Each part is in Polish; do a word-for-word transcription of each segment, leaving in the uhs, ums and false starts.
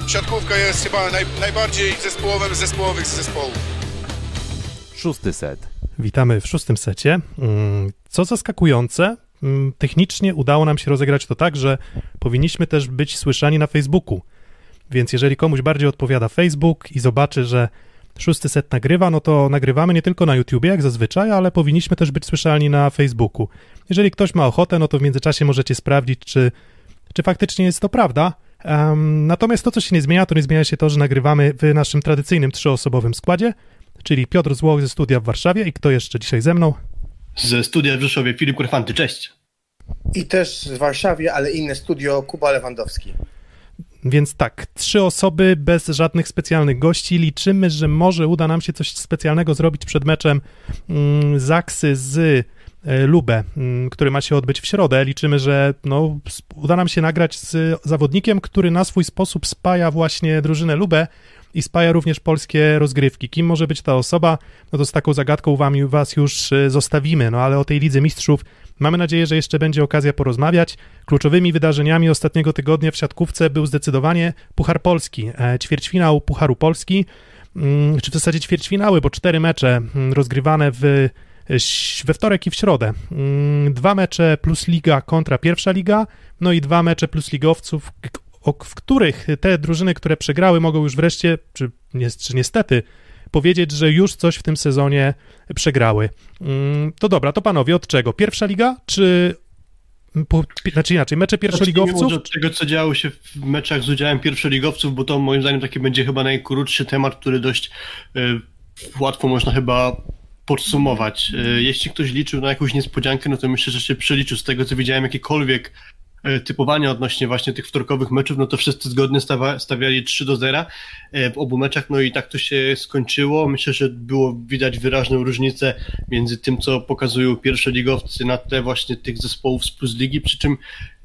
siatkówka jest chyba naj, najbardziej zespołowym z zespołowych z zespołów. Szósty set. Witamy w szóstym secie. Co zaskakujące, technicznie udało nam się rozegrać to tak, że powinniśmy też być słyszani na Facebooku. Więc jeżeli komuś bardziej odpowiada Facebook i zobaczy, że szósty set nagrywa, no to nagrywamy nie tylko na YouTubie, jak zazwyczaj, ale powinniśmy też być słyszalni na Facebooku. Jeżeli ktoś ma ochotę, no to w międzyczasie możecie sprawdzić, czy, czy faktycznie jest to prawda. Um, natomiast to, co się nie zmienia, to nie zmienia się to, że nagrywamy w naszym tradycyjnym trzyosobowym składzie, czyli Piotr Złoch ze studia w Warszawie i kto jeszcze dzisiaj ze mną? Ze studia w Rzeszowie Filip Kurfanty, cześć. I też w Warszawie, ale inne studio, Kuba Lewandowski. Więc tak, trzy osoby bez żadnych specjalnych gości. Liczymy, że może uda nam się coś specjalnego zrobić przed meczem mm, Zaksy z Lubę, który ma się odbyć w środę. Liczymy, że no, uda nam się nagrać z zawodnikiem, który na swój sposób spaja właśnie drużynę Lubę i spaja również polskie rozgrywki. Kim może być ta osoba? No to z taką zagadką wam, was już zostawimy, no ale o tej Lidze Mistrzów mamy nadzieję, że jeszcze będzie okazja porozmawiać. Kluczowymi wydarzeniami ostatniego tygodnia w siatkówce był zdecydowanie Puchar Polski, ćwierćfinał Pucharu Polski, czy w zasadzie ćwierćfinały, bo cztery mecze rozgrywane w we wtorek i w środę. Dwa mecze plus liga kontra pierwsza liga, no i dwa mecze plus ligowców, w których te drużyny, które przegrały, mogą już wreszcie, czy, czy niestety, powiedzieć, że już coś w tym sezonie przegrały. To dobra, to panowie, od czego? Pierwsza liga, czy po, znaczy inaczej, mecze pierwszoligowców? Zacznijmy od tego, co działo się w meczach z udziałem pierwszoligowców, bo to moim zdaniem taki będzie chyba najkrótszy temat, który dość y, łatwo można chyba podsumować. Jeśli ktoś liczył na jakąś niespodziankę, no to myślę, że się przeliczył. Z tego, co widziałem, jakiekolwiek typowania odnośnie właśnie tych wtorkowych meczów, no to wszyscy zgodnie stawa- stawiali trzy do zera w obu meczach, no i tak to się skończyło. Myślę, że było widać wyraźną różnicę między tym, co pokazują pierwszoligowcy na tle właśnie tych zespołów z Plus Ligi, przy czym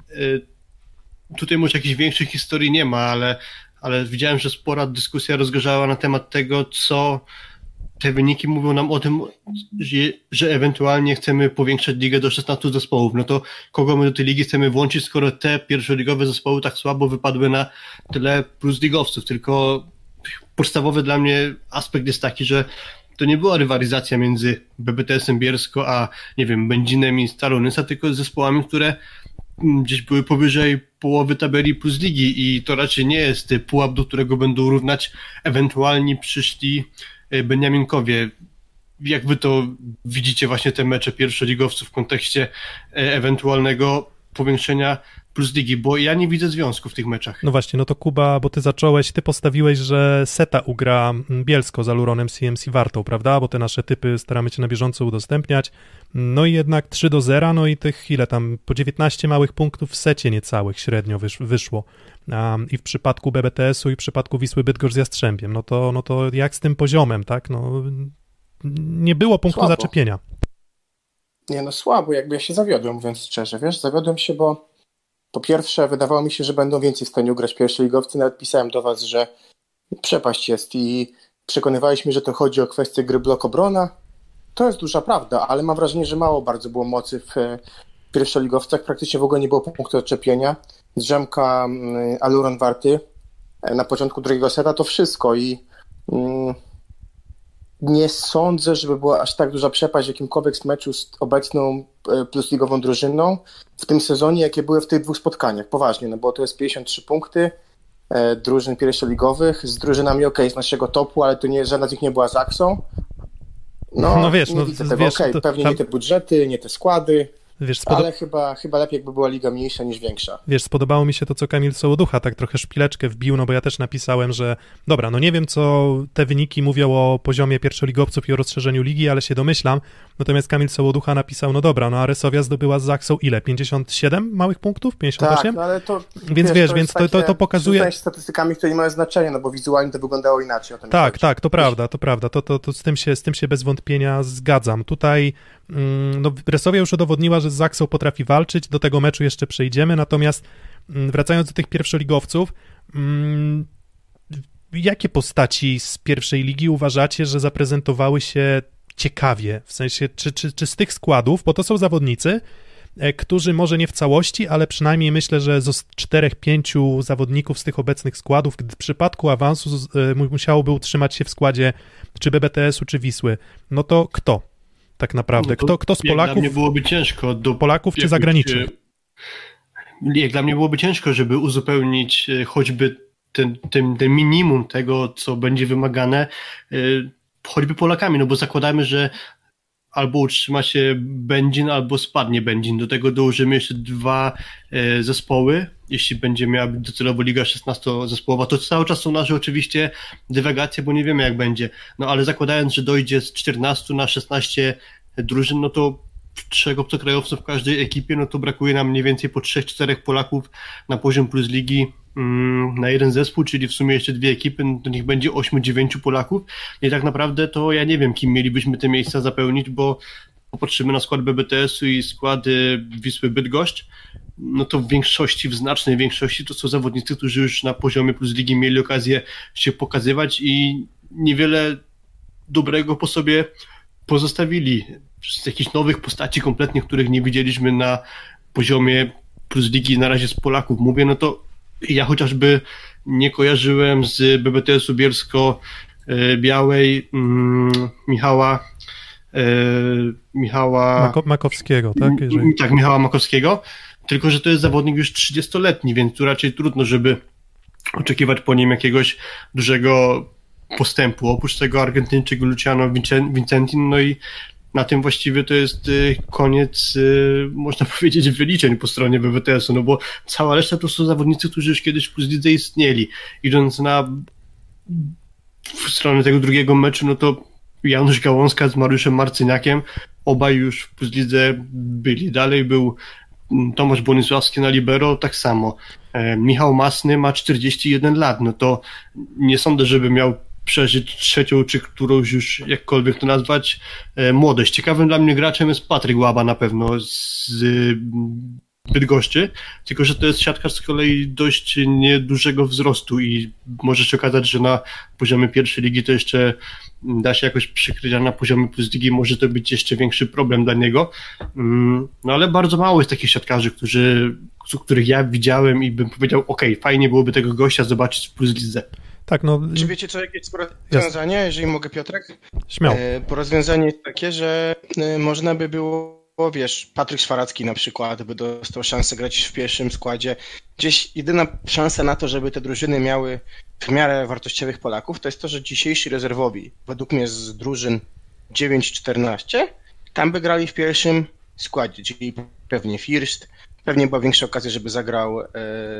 tutaj może jakichś większych historii nie ma, ale, ale widziałem, że spora dyskusja rozgorzała na temat tego, co te wyniki mówią nam o tym, że, że ewentualnie chcemy powiększać ligę do szesnastu zespołów. No to kogo my do tej ligi chcemy włączyć, skoro te pierwszoligowe zespoły tak słabo wypadły na tyle plus ligowców? Tylko podstawowy dla mnie aspekt jest taki, że to nie była rywalizacja między B B T S-em Bielsko a, nie wiem, Będzinem i Stalą Nysa, tylko z zespołami, które gdzieś były powyżej połowy tabeli plus ligi i to raczej nie jest pułap, do którego będą równać ewentualni przyszli Beniaminkowie. Jak wy to widzicie właśnie te mecze pierwszoligowców w kontekście ewentualnego powiększenia plus ligi, bo ja nie widzę związku w tych meczach. No właśnie, no to Kuba, bo ty zacząłeś, ty postawiłeś, że Seta ugra Bielsko z Aluronem C M C Wartą, prawda? Bo te nasze typy staramy się na bieżąco udostępniać. No i jednak trzy do zera, no i tych ile tam, po dziewiętnaście małych punktów w secie niecałych średnio wysz, wyszło. Um, I w przypadku B B T S-u i w przypadku Wisły Bydgoszcz z Jastrzębiem. No to, no to jak z tym poziomem, tak? No nie było punktu słabo. zaczepienia. Nie no słabo, jakby ja się zawiodłem, mówiąc szczerze, wiesz, zawiodłem się, bo po pierwsze wydawało mi się, że będą więcej w stanie ugrać pierwszoligowcy, nawet pisałem do was, że przepaść jest i przekonywaliśmy, że to chodzi o kwestię gry blok-obrona. To jest duża prawda, ale mam wrażenie, że mało bardzo było mocy w pierwszoligowcach, praktycznie w ogóle nie było punktu odczepienia. Drzemka Aluron Warty na początku drugiego seta to wszystko i mm, nie sądzę, żeby była aż tak duża przepaść w jakimkolwiek meczu z obecną plusligową drużyną w tym sezonie, jakie były w tych dwóch spotkaniach. Poważnie, no bo to jest pięćdziesiąt trzy punkty e, drużyn pierwszoligowych z drużynami okej, z naszego topu, ale to nie, żadna z nich nie była Zaksą. No, no wiesz, nie no widzę tego, wiesz, okej, to, pewnie tam... nie te budżety, nie te składy. Wiesz, spodob... Ale chyba, chyba lepiej, jakby była liga mniejsza niż większa. Wiesz, spodobało mi się to, co Kamil Sołoducha tak trochę szpileczkę wbił, no bo ja też napisałem, że dobra, no nie wiem, co te wyniki mówią o poziomie pierwszoligowców i o rozszerzeniu ligi, ale się domyślam. Natomiast Kamil Sołoducha napisał, no dobra, no a Resowia zdobyła z Zaksą ile? pięćdziesiąt siedem małych punktów? pięćdziesiąt osiem? Tak, no ale to... Więc wiesz, to więc to, to, to pokazuje... Z statystykami, które nie mają znaczenia, no bo wizualnie to wyglądało inaczej. O tym tak, tak, to prawda, to prawda. To, to, to z, tym się, z tym się bez wątpienia zgadzam. Tutaj mm, no, Resowia już udowodniła, że z Zaksą potrafi walczyć, do tego meczu jeszcze przejdziemy, natomiast mm, wracając do tych pierwszoligowców, mm, jakie postaci z pierwszej ligi uważacie, że zaprezentowały się ciekawie, w sensie, czy, czy, czy z tych składów, bo to są zawodnicy, którzy może nie w całości, ale przynajmniej myślę, że z czterech, pięciu zawodników z tych obecnych składów, gdy w przypadku awansu musiałoby utrzymać się w składzie czy B B T S u, czy Wisły, no to kto tak naprawdę? No Kto, kto z Polaków? Jak dla mnie byłoby ciężko. Do Polaków czy zagranicznych? Jak dla mnie byłoby ciężko, żeby uzupełnić choćby ten, ten, ten minimum tego, co będzie wymagane, choćby Polakami, no bo zakładamy, że albo utrzyma się Będzin, albo spadnie Będzin. Do tego dołożymy jeszcze dwa e, zespoły. Jeśli będzie miała być docelowo Liga szesnastozespołowa, to cały czas są nasze oczywiście dywagacje, bo nie wiemy jak będzie. No ale zakładając, że dojdzie z czternastu na szesnaście drużyn, no to trzech obcokrajowców w każdej ekipie, no to brakuje nam mniej więcej po trzech, czterech Polaków na poziom plus ligi mm, na jeden zespół, czyli w sumie jeszcze dwie ekipy, no to niech będzie ośmiu, dziewięciu Polaków. I tak naprawdę to ja nie wiem, kim mielibyśmy te miejsca zapełnić, bo popatrzymy na skład B B T S u i składy Wisły Bydgoszcz, no to w większości, w znacznej większości to są zawodnicy, którzy już na poziomie plus ligi mieli okazję się pokazywać i niewiele dobrego po sobie pozostawili. Z jakichś nowych postaci kompletnie, których nie widzieliśmy na poziomie plus ligi na razie z Polaków. Mówię, no to ja chociażby nie kojarzyłem z B B T S u Bielsko-Białej mm, Michała e, Michała Mako- Makowskiego, tak? Jeżeli... Tak, Michała Makowskiego, tylko że to jest zawodnik już trzydziestoletni, więc tu raczej trudno, żeby oczekiwać po nim jakiegoś dużego postępu. Oprócz tego Argentyńczyk Luciano Vincentin, no i na tym właściwie to jest koniec, można powiedzieć, wyliczeń po stronie B B T S u, no bo cała reszta to są zawodnicy, którzy już kiedyś w plus lidze istnieli. Idąc na w stronę tego drugiego meczu, no to Janusz Gałązka z Mariuszem Marcyniakiem, obaj już w plus lidze byli. Dalej był Tomasz Bonisławski na libero, tak samo. Michał Masny ma czterdzieści jeden lat, no to nie sądzę, żeby miał przeżyć trzecią, czy którąś już, jakkolwiek to nazwać, młodość. Ciekawym dla mnie graczem jest Patryk Łaba na pewno z Bydgoszczy, tylko że to jest siatkarz z kolei dość niedużego wzrostu i może się okazać, że na poziomie pierwszej ligi to jeszcze da się jakoś przykryć, a na poziomie plus ligi może to być jeszcze większy problem dla niego. No ale bardzo mało jest takich siatkarzy, którzy, których ja widziałem i bym powiedział, ok, fajnie byłoby tego gościa zobaczyć w plus lidze. Tak, no... Czy wiecie co, jakie jest rozwiązanie, jest. jeżeli mogę, Piotrek? Śmiało. Bo rozwiązanie jest takie, że można by było, wiesz, Patryk Szwaracki na przykład by dostał szansę grać w pierwszym składzie. Gdzieś jedyna szansa na to, żeby te drużyny miały w miarę wartościowych Polaków, to jest to, że dzisiejsi rezerwowi, według mnie z drużyn dziewięć czternaście, tam by grali w pierwszym składzie, czyli pewnie First, pewnie była większa okazja, żeby zagrał e,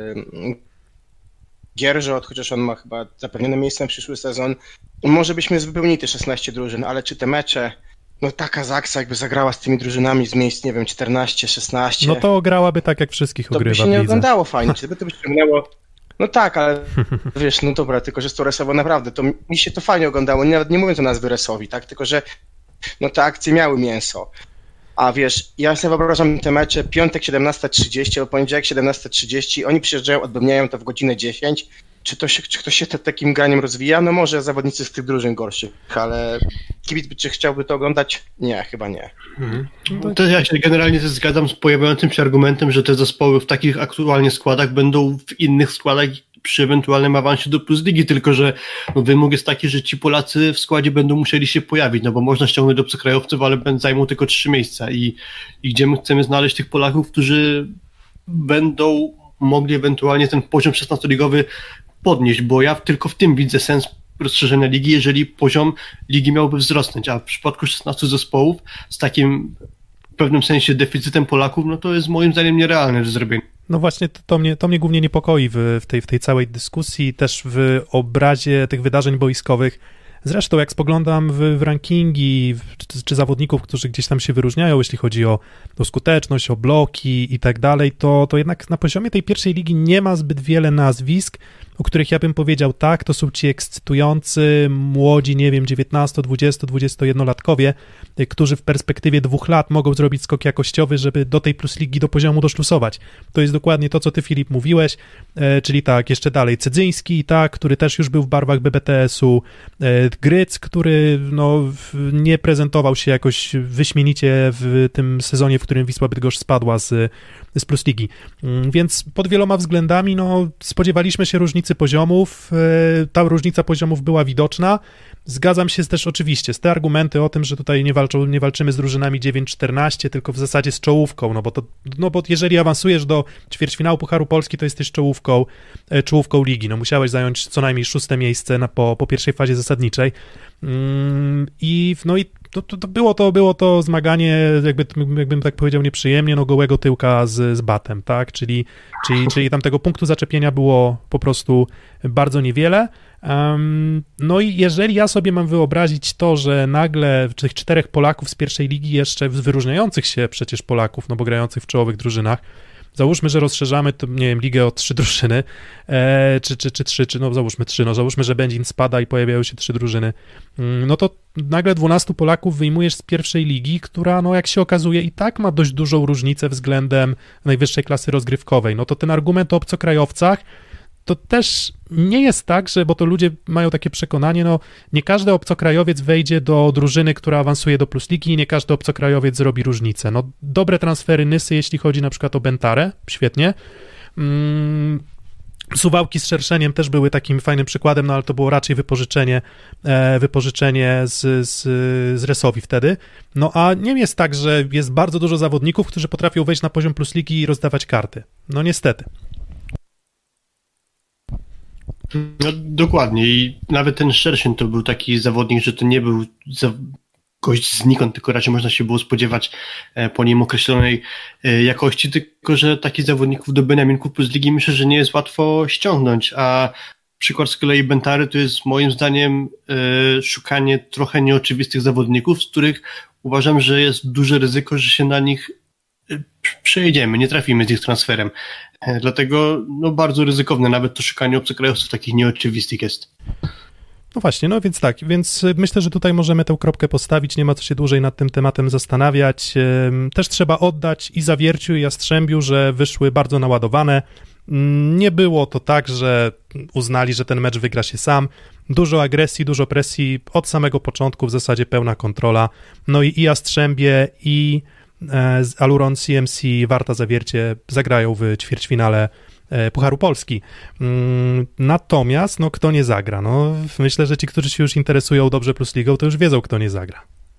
Gierżot, chociaż on ma chyba zapewnione miejsce na przyszły sezon. Może byśmy wypełnili te szesnaście drużyn, ale czy te mecze, no taka Zaksa jakby zagrała z tymi drużynami z miejsc, nie wiem, czternaście, szesnaście. No to grałaby tak, jak wszystkich to ogrywa by się nie oglądało fajnie, czy by to by ściągnęło. No tak, ale wiesz, no dobra, tylko że z to resowo naprawdę, to mi się to fajnie oglądało, nawet nie mówiąc o nazwy resowi, tak, tylko że no te akcje miały mięso. A wiesz, ja sobie wyobrażam te mecze piątek siedemnasta trzydzieści albo poniedziałek siedemnasta trzydzieści, oni przyjeżdżają, odbębniają to w godzinę dziesięć. Czy, to się, czy ktoś się te, takim graniem rozwija? No może zawodnicy z tych drużyn gorszych, ale kibic by, czy chciałby to oglądać? Nie, chyba nie. Mhm. To ja się generalnie zgadzam z pojawiającym się argumentem, że te zespoły w takich aktualnie składach będą w innych składach przy ewentualnym awansie do plus ligi, tylko że no, wymóg jest taki, że ci Polacy w składzie będą musieli się pojawić, no bo można ściągnąć obcokrajowców, ale zajmą tylko trzy miejsca i, i gdzie my chcemy znaleźć tych Polaków, którzy będą mogli ewentualnie ten poziom szesnastoligowy podnieść, bo ja tylko w tym widzę sens rozszerzenia ligi, jeżeli poziom ligi miałby wzrosnąć, a w przypadku szesnastu zespołów z takim w pewnym sensie deficytem Polaków, no to jest moim zdaniem nierealne do zrobienia. No właśnie, to, to, mnie, to mnie głównie niepokoi w, w, tej, w tej całej dyskusji, też w obrazie tych wydarzeń boiskowych. Zresztą jak spoglądam w, w rankingi czy, czy zawodników, którzy gdzieś tam się wyróżniają, jeśli chodzi o, o skuteczność, o bloki i tak dalej, to, to jednak na poziomie tej pierwszej ligi nie ma zbyt wiele nazwisk, o których ja bym powiedział tak, to są ci ekscytujący, młodzi, nie wiem, dziewiętnasto, dwudziesto, dwudziestojednolatkowie, którzy w perspektywie dwóch lat mogą zrobić skok jakościowy, żeby do tej Plus Ligi do poziomu doszlusować. To jest dokładnie to, co ty, Filip, mówiłeś, e, czyli tak, jeszcze dalej Cedzyński, tak, który też już był w barwach B B T S-u, e, Gryc, który no, w, nie prezentował się jakoś wyśmienicie w tym sezonie, w którym Wisła Bydgoszcz spadła z, z Plus Ligi. Więc pod wieloma względami no, spodziewaliśmy się różnicy poziomów, e, ta różnica poziomów była widoczna. Zgadzam się też oczywiście z te argumenty o tym, że tutaj nie, walczą, nie walczymy z drużynami dziewięć czternaście, tylko w zasadzie z czołówką, no bo, to, no bo jeżeli awansujesz do ćwierćfinału Pucharu Polski, to jesteś czołówką, e, czołówką ligi, no musiałeś zająć co najmniej szóste miejsce na, po, po pierwszej fazie zasadniczej. Mm, I no i to, to, to było to było to zmaganie, jakby, jakbym tak powiedział nieprzyjemnie, no gołego tyłka z, z batem, tak, czyli, czyli, czyli tam tego punktu zaczepienia było po prostu bardzo niewiele. Um, no i jeżeli ja sobie mam wyobrazić to, że nagle tych czterech Polaków z pierwszej ligi, jeszcze wyróżniających się przecież Polaków, no bo grających w czołowych drużynach, załóżmy, że rozszerzamy, to, nie wiem, ligę o trzy drużyny, e, czy, czy, czy trzy, czy no załóżmy trzy, no załóżmy, że Będzin spada i pojawiają się trzy drużyny, no to nagle dwunastu Polaków wyjmujesz z pierwszej ligi, która, no jak się okazuje, i tak ma dość dużą różnicę względem najwyższej klasy rozgrywkowej. No to ten argument o obcokrajowcach to też nie jest tak, że, bo to ludzie mają takie przekonanie, no nie każdy obcokrajowiec wejdzie do drużyny, która awansuje do Plus Ligi i nie każdy obcokrajowiec zrobi różnicę. No dobre transfery Nysy, jeśli chodzi na przykład o Bentarę, świetnie. Mm, Suwałki z Szerszeniem też były takim fajnym przykładem, no ale to było raczej wypożyczenie, e, wypożyczenie z, z, z Resowi wtedy. No a nie jest tak, że jest bardzo dużo zawodników, którzy potrafią wejść na poziom Plus Ligi i rozdawać karty. No niestety. No, dokładnie i nawet ten Szerszeń to był taki zawodnik, że to nie był za... gość znikąd, tylko raczej można się było spodziewać po nim określonej jakości, tylko że takich zawodników do Beniaminków Plus Ligi myślę, że nie jest łatwo ściągnąć, a przykład z kolei Bentary to jest moim zdaniem szukanie trochę nieoczywistych zawodników, z których uważam, że jest duże ryzyko, że się na nich przejedziemy, nie trafimy z ich transferem. Dlatego no, bardzo ryzykowne nawet to szukanie obcokrajowców takich nieoczywistych jest. No właśnie, no więc tak, więc myślę, że tutaj możemy tę kropkę postawić, nie ma co się dłużej nad tym tematem zastanawiać. Też trzeba oddać i Zawierciu, i Jastrzębiu, że wyszły bardzo naładowane. Nie było to tak, że uznali, że ten mecz wygra się sam. Dużo agresji, dużo presji od samego początku, w zasadzie pełna kontrola. No i, i Jastrzębie, i Aluron C M C, Warta Zawiercie zagrają w ćwierćfinale Pucharu Polski. Natomiast, no kto nie zagra? No myślę, że ci, którzy się już interesują dobrze Plus Ligą, to już wiedzą, kto nie zagra.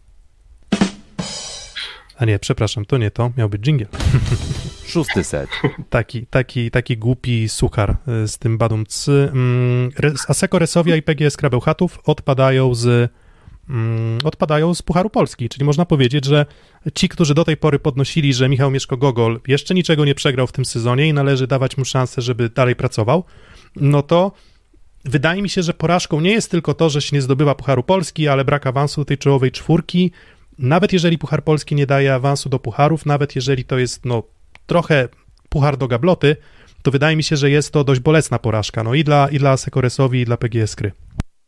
A nie, przepraszam, to nie to, miał być dżingiel. Szósty set. Taki, taki, taki głupi suchar z tym badumc. Asseco Resowia i P G S Krabełchatów odpadają z odpadają z Pucharu Polski, czyli można powiedzieć, że ci, którzy do tej pory podnosili, że Michał Mieszko-Gogol jeszcze niczego nie przegrał w tym sezonie i należy dawać mu szansę, żeby dalej pracował, no to wydaje mi się, że porażką nie jest tylko to, że się nie zdobywa Pucharu Polski, ale brak awansu do tej czołowej czwórki. Nawet jeżeli Puchar Polski nie daje awansu do pucharów, nawet jeżeli to jest no trochę puchar do gabloty, to wydaje mi się, że jest to dość bolesna porażka, no i dla, i dla Asseco Resowi, i dla P G S Kry.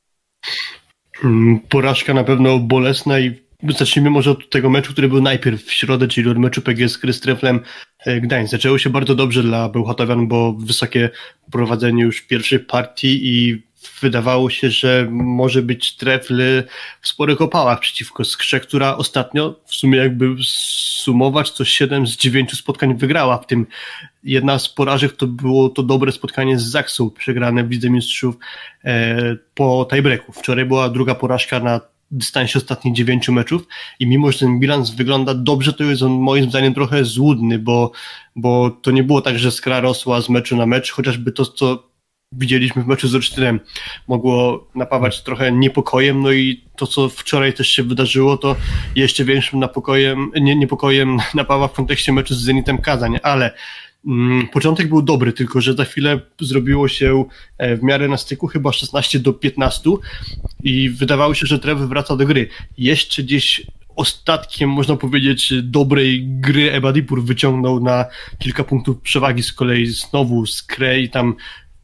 Porażka na pewno bolesna i zacznijmy może od tego meczu, który był najpierw w środę, czyli od meczu P G S Kry z Treflem Gdańsk. Zaczęło się bardzo dobrze dla Bełchatowian, bo wysokie prowadzenie już w pierwszej partii i wydawało się, że może być Trefl w sporych opałach przeciwko Skrze, która ostatnio w sumie jakby sumować to siedem z dziewięciu spotkań wygrała, w tym jedna z porażek to było to dobre spotkanie z Zaksą, przegrane w Lidze Mistrzów e, po tiebreaku. Wczoraj była druga porażka na dystansie ostatnich dziewięciu meczów i mimo, że ten bilans wygląda dobrze, to jest on moim zdaniem trochę złudny, bo, bo to nie było tak, że Skra rosła z meczu na mecz, chociażby to, co widzieliśmy w meczu z Olsztynem, mogło napawać trochę niepokojem, no i to, co wczoraj też się wydarzyło, to jeszcze większym napokojem, nie, niepokojem napawa w kontekście meczu z Zenitem Kazań, ale mm, początek był dobry, tylko że za chwilę zrobiło się w miarę na styku, chyba szesnaście do piętnastu i wydawało się, że Tref wraca do gry. Jeszcze gdzieś ostatkiem, można powiedzieć, dobrej gry Ebadipur wyciągnął na kilka punktów przewagi, z kolei znowu Skrę i tam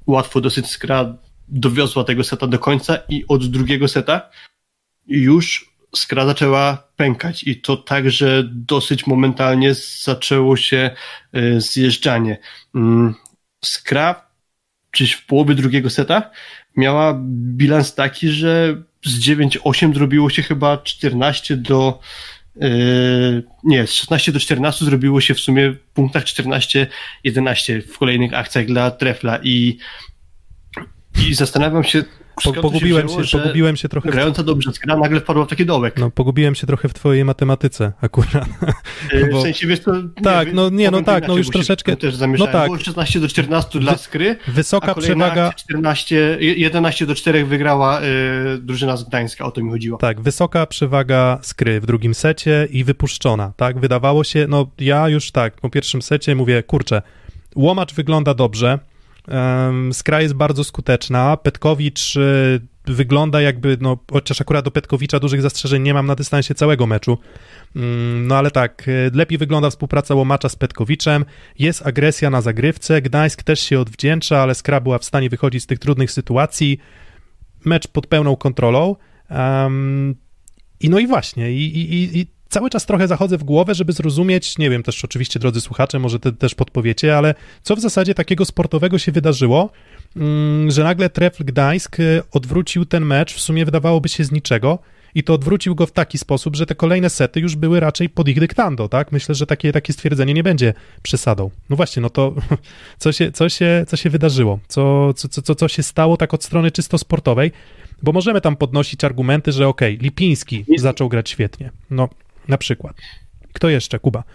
łatwo dosyć Skra dowiozła tego seta do końca i od drugiego seta już Skra zaczęła pękać i to także dosyć momentalnie zaczęło się zjeżdżanie. Skra gdzieś w połowie drugiego seta miała bilans taki, że z dziewięć osiem zrobiło się chyba czternaście do Yy, nie, z szesnaście do czternastu zrobiło się w sumie w punktach czternaście jedenaście w kolejnych akcjach dla Trefla i, i zastanawiam się, Po, pogubiłem, się, wzięło, pogubiłem się trochę. Grająca dobrze Skra nagle wpadła w taki dołek. No, pogubiłem się trochę w twojej matematyce akurat. Yy, Bo... W sensie, wiesz to... Nie, tak, no nie, no tak, inaczej, no już troszeczkę... Też no tak. Było szesnaście do czternastu dla Skry, wysoka a przewaga... akcja czternaście, jedenaście do czterech wygrała yy, drużyna z Gdańska, o to mi chodziło. Tak, wysoka przewaga Skry w drugim secie i wypuszczona, tak? Wydawało się, no ja już tak, po pierwszym secie mówię, kurczę, łomacz wygląda dobrze, um, Skra jest bardzo skuteczna, Petkowicz y, wygląda jakby, no chociaż akurat do Petkowicza dużych zastrzeżeń nie mam na dystansie całego meczu, um, no ale tak, y, lepiej wygląda współpraca łomacza z Petkowiczem, jest agresja na zagrywce, Gdańsk też się odwdzięcza, ale Skra była w stanie wychodzić z tych trudnych sytuacji, mecz pod pełną kontrolą, um, i no i właśnie, i, i, i cały czas trochę zachodzę w głowę, żeby zrozumieć, nie wiem, też oczywiście, drodzy słuchacze, może te, też podpowiecie, ale co w zasadzie takiego sportowego się wydarzyło, że nagle Trefl Gdańsk odwrócił ten mecz, w sumie wydawałoby się z niczego, i to odwrócił go w taki sposób, że te kolejne sety już były raczej pod ich dyktando, tak? Myślę, że takie, takie stwierdzenie nie będzie przesadą. No właśnie, no to co się, co się, co się wydarzyło? Co, co, co, co się stało tak od strony czysto sportowej? Bo możemy tam podnosić argumenty, że okej, okay, Lipiński zaczął grać świetnie. No, na przykład. Kto jeszcze? Kuba.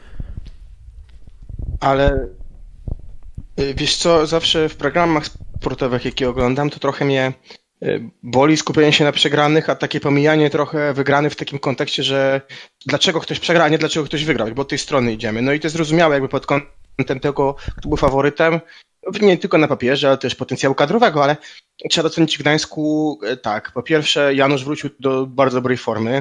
Ale wiesz co, zawsze w programach sportowych, jakie oglądam, to trochę mnie boli skupienie się na przegranych, a takie pomijanie trochę wygranych w takim kontekście, że dlaczego ktoś przegra, a nie dlaczego ktoś wygrał, bo od tej strony idziemy. No i to jest zrozumiałe jakby pod kątem tego, kto był faworytem, nie tylko na papierze, ale też potencjału kadrowego, ale trzeba docenić w Gdańsku tak. Po pierwsze, Janusz wrócił do bardzo dobrej formy.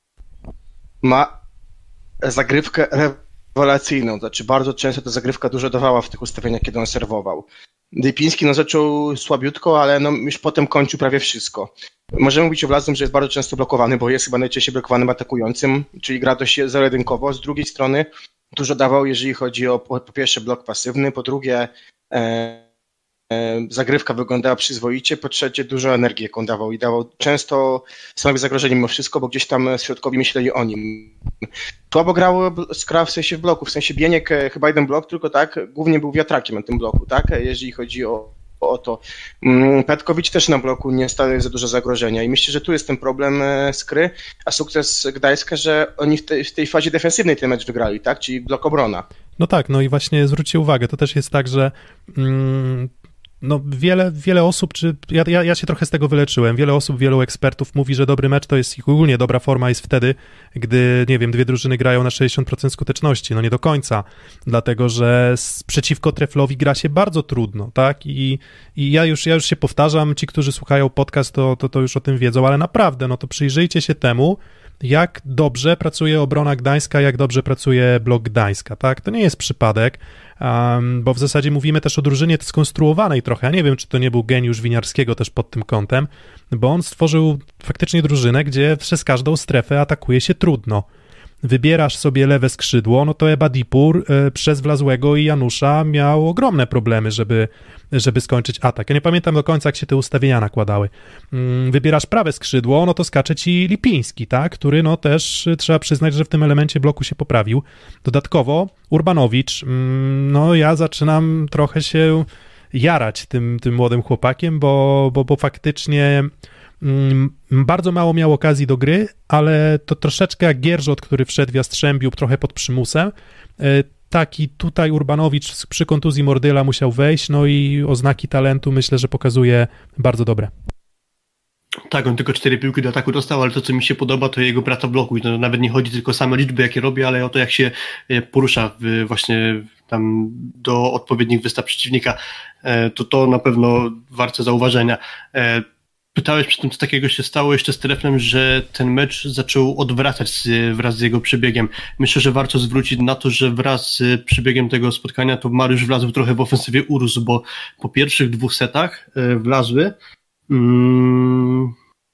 Ma zagrywkę rewelacyjną, znaczy bardzo często ta zagrywka dużo dawała w tych ustawieniach, kiedy on serwował. Lipiński no zaczął słabiutko, ale no już potem kończył prawie wszystko. Możemy mówić o Wlazdum, że jest bardzo często blokowany, bo jest chyba najczęściej blokowanym atakującym, czyli gra dość zero-jedynkowo. Z drugiej strony dużo dawał, jeżeli chodzi o po pierwsze blok pasywny, po drugie e, e, zagrywka wyglądała przyzwoicie, po trzecie dużo energii, jaką dawał i dawał często stanowi zagrożenie mimo wszystko, bo gdzieś tam środkowi myśleli o nim. Słabo grało Skra w sensie w bloku, w sensie Bieniek chyba jeden blok, tylko tak, głównie był wiatrakiem na tym bloku, tak, jeżeli chodzi o, o to. Petkowicz też na bloku nie stanowi za dużo zagrożenia i myślę, że tu jest ten problem Skry, a sukces Gdańska, że oni w tej, w tej fazie defensywnej ten mecz wygrali, tak, czyli blok obrona. No tak, no i właśnie zwróćcie uwagę, to też jest tak, że mm, no wiele, wiele osób, czy ja, ja, ja się trochę z tego wyleczyłem, wiele osób, wielu ekspertów mówi, że dobry mecz to jest ogólnie dobra forma jest wtedy, gdy, nie wiem, dwie drużyny grają na sześćdziesiąt procent skuteczności, no nie do końca, dlatego, że przeciwko Treflowi gra się bardzo trudno, tak, i, i ja już, ja już się powtarzam, ci, którzy słuchają podcast, to, to, to już o tym wiedzą, ale naprawdę, no to przyjrzyjcie się temu, jak dobrze pracuje obrona Gdańska, jak dobrze pracuje blok Gdańska, tak? To nie jest przypadek, um, bo w zasadzie mówimy też o drużynie skonstruowanej trochę. Ja nie wiem, czy to nie był geniusz Winiarskiego też pod tym kątem, bo on stworzył faktycznie drużynę, gdzie przez każdą strefę atakuje się trudno. Wybierasz sobie lewe skrzydło, no to Ebadipur y, przez Wlazłego i Janusza miał ogromne problemy, żeby, żeby skończyć atak. Ja nie pamiętam do końca, jak się te ustawienia nakładały. Y, wybierasz prawe skrzydło, no to skacze ci Lipiński, tak? Który no też y, trzeba przyznać, że w tym elemencie bloku się poprawił. Dodatkowo Urbanowicz, y, no ja zaczynam trochę się jarać tym, tym młodym chłopakiem, bo, bo, bo faktycznie bardzo mało miał okazji do gry, ale to troszeczkę jak Gierżot, który wszedł w Jastrzębiu trochę pod przymusem. Taki tutaj Urbanowicz przy kontuzji Mordyla musiał wejść, no i oznaki talentu myślę, że pokazuje bardzo dobre. Tak, on tylko cztery piłki do ataku dostał, ale to, co mi się podoba, to jego praca bloku. I to nawet nie chodzi tylko o same liczby, jakie robi, ale o to, jak się porusza w, właśnie tam do odpowiednich wystaw przeciwnika. To to na pewno warte zauważenia. pytałeś przy tym, co takiego się stało jeszcze z Treflem, że ten mecz zaczął odwracać z, wraz z jego przebiegiem. Myślę, że warto zwrócić na to, że wraz z przebiegiem tego spotkania to Mariusz Wlazły trochę w ofensywie urósł, bo po pierwszych dwóch setach Wlazły mm,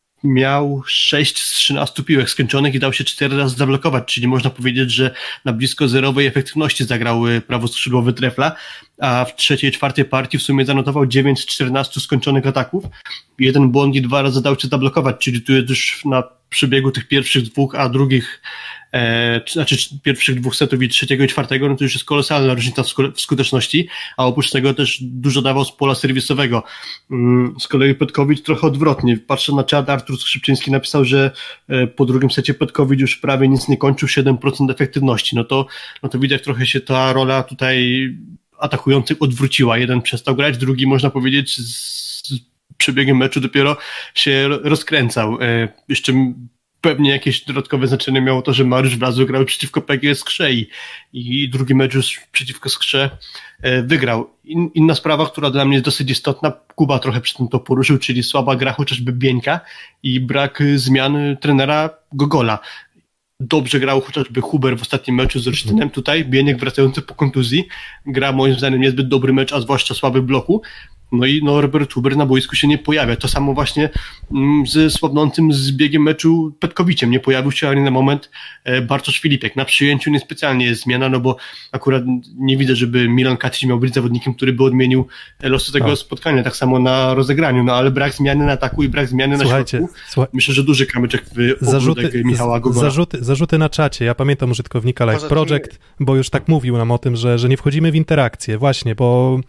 miał sześć z trzynastu piłek skończonych i dał się cztery razy zablokować, czyli można powiedzieć, że na blisko zerowej efektywności zagrał prawoskrzydłowy Trefla, a w trzeciej, czwartej partii w sumie zanotował dziewięć z czternastu skończonych ataków. Jeden błąd i dwa razy dał się zablokować, czyli tu jest już na przebiegu tych pierwszych dwóch, a drugich E, znaczy pierwszych dwóch setów i trzeciego i czwartego, no to już jest kolosalna różnica w skuteczności, a oprócz tego też dużo dawał z pola serwisowego. Z kolei Petkowicz trochę odwrotnie. Patrzę na czat, Artur Skrzypczyński napisał, że po drugim secie Petkowicz już prawie nic nie kończył, siedem procent efektywności. No to, no to widać trochę się ta rola tutaj atakujących odwróciła. Jeden przestał grać, drugi można powiedzieć z przebiegiem meczu dopiero się rozkręcał. Jeszcze pewnie jakieś dodatkowe znaczenie miało to, że Mariusz Wlazły grał przeciwko P G Skrze i, i drugi mecz już przeciwko Skrze e, wygrał. In, inna sprawa, która dla mnie jest dosyć istotna, Kuba trochę przy tym to poruszył, czyli słaba gra chociażby Bieńka i brak zmian trenera Gogola. Dobrze grał chociażby Huber w ostatnim meczu z Olsztynem tutaj, Bieniek wracający po kontuzji, gra moim zdaniem niezbyt dobry mecz, a zwłaszcza słaby w bloku. No i Norbert Huber na boisku się nie pojawia. To samo właśnie ze słabnącym zbiegiem meczu Petkowiciem. Nie pojawił się ani na moment Bartosz Filipek. Na przyjęciu niespecjalnie jest zmiana, no bo akurat nie widzę, żeby Milan Kacic miał być zawodnikiem, który by odmienił losy tego tak. spotkania. Tak samo na rozegraniu, no ale brak zmiany na ataku i brak zmiany na Słuchajcie, środku. Słuchaj... Myślę, że duży kamyczek w zarzuty, Michała Gogola. Zarzuty, zarzuty na czacie. Ja pamiętam użytkownika Live Project, bo już tak mówił nam o tym, że, że nie wchodzimy w interakcję. Właśnie, bo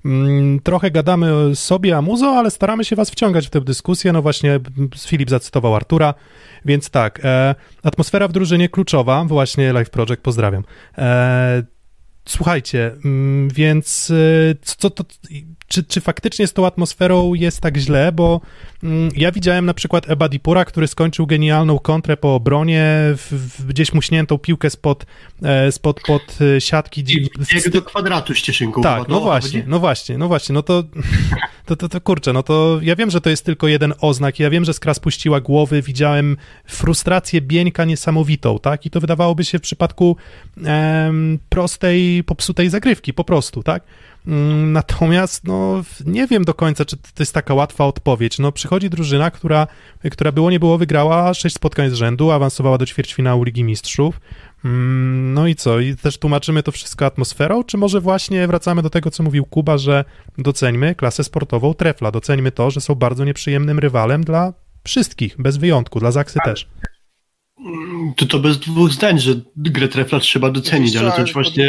trochę gadamy sobie amuzo, ale staramy się was wciągać w tę dyskusję. No właśnie Filip zacytował Artura, więc tak, e, atmosfera w drużynie kluczowa, właśnie Live Project, pozdrawiam. E, słuchajcie, m, więc e, co to, czy, czy faktycznie z tą atmosferą jest tak źle, bo m, ja widziałem na przykład Ebadipura, który skończył genialną kontrę po obronie, w, w, gdzieś muśniętą piłkę spod, e, spod pod siatki. Jak do kwadratu z cieszynką. Tak, no właśnie, no właśnie, no właśnie, no to, to, to, to kurczę, no to ja wiem, że to jest tylko jeden oznak, ja wiem, że Skra spuściła głowy, widziałem frustrację Bieńka niesamowitą, tak, i to wydawałoby się w przypadku em, prostej, popsutej zagrywki, po prostu, tak. Natomiast, no, nie wiem do końca, czy to jest taka łatwa odpowiedź. No, przychodzi drużyna, która, która było nie było, wygrała sześć spotkań z rzędu, awansowała do ćwierćfinału Ligi Mistrzów. No i co? I też tłumaczymy to wszystko atmosferą, czy może właśnie wracamy do tego, co mówił Kuba, że doceńmy klasę sportową Trefla, doceńmy to, że są bardzo nieprzyjemnym rywalem dla wszystkich, bez wyjątku, dla Zaksy też. To to bez dwóch zdań, że grę Trefla trzeba docenić, co, ale to już właśnie...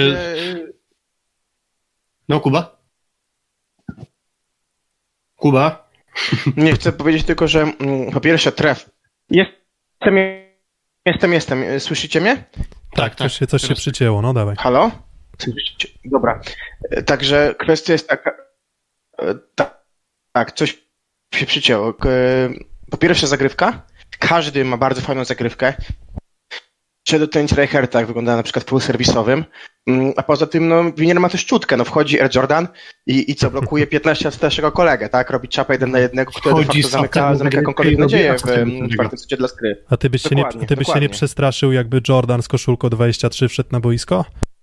No, Kuba? Kuba? Nie, chcę powiedzieć tylko, że mm, po pierwsze tref. Jestem, jestem, jestem. Słyszycie mnie? Tak, tak. Coś się, coś się przycięło, no dawaj. Halo? Dobra. Także kwestia jest taka... Tak, tak, coś się przycięło. Po pierwsze zagrywka. Każdy ma bardzo fajną zagrywkę. Czy do tenis Reicherta, jak wygląda na przykład w półserwisowym, a poza tym, no, Winier ma też czutkę, no, wchodzi Air Jordan i, i co, blokuje piętnaście lat starszego kolegę, tak, robi czapę jeden na jednego, który de facto zamyka, zamyka jakąkolwiek nadzieję w czwartym secie dla Skry. A ty byś, się nie, ty byś się nie przestraszył, jakby Jordan z koszulką dwadzieścia trzy wszedł na boisko?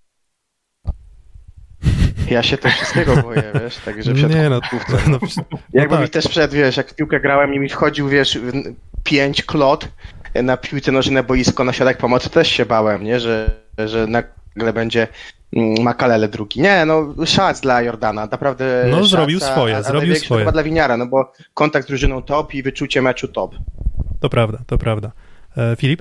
Ja się też wszystkiego boję, wiesz, także przed nie, no, no, no jakby tak. mi też przed, wiesz, jak w piłkę grałem i mi wchodził, wiesz, pięć klot na piłce nożnej na boisko na środek pomocy, też się bałem, nie, że, że nagle będzie Makalele drugi. Nie, no szac dla Jordana, naprawdę. No szac, zrobił swoje, a, a zrobił swoje. Chyba dla Winiara, no bo kontakt z drużyną top i wyczucie meczu top. To prawda, to prawda. E, Filip?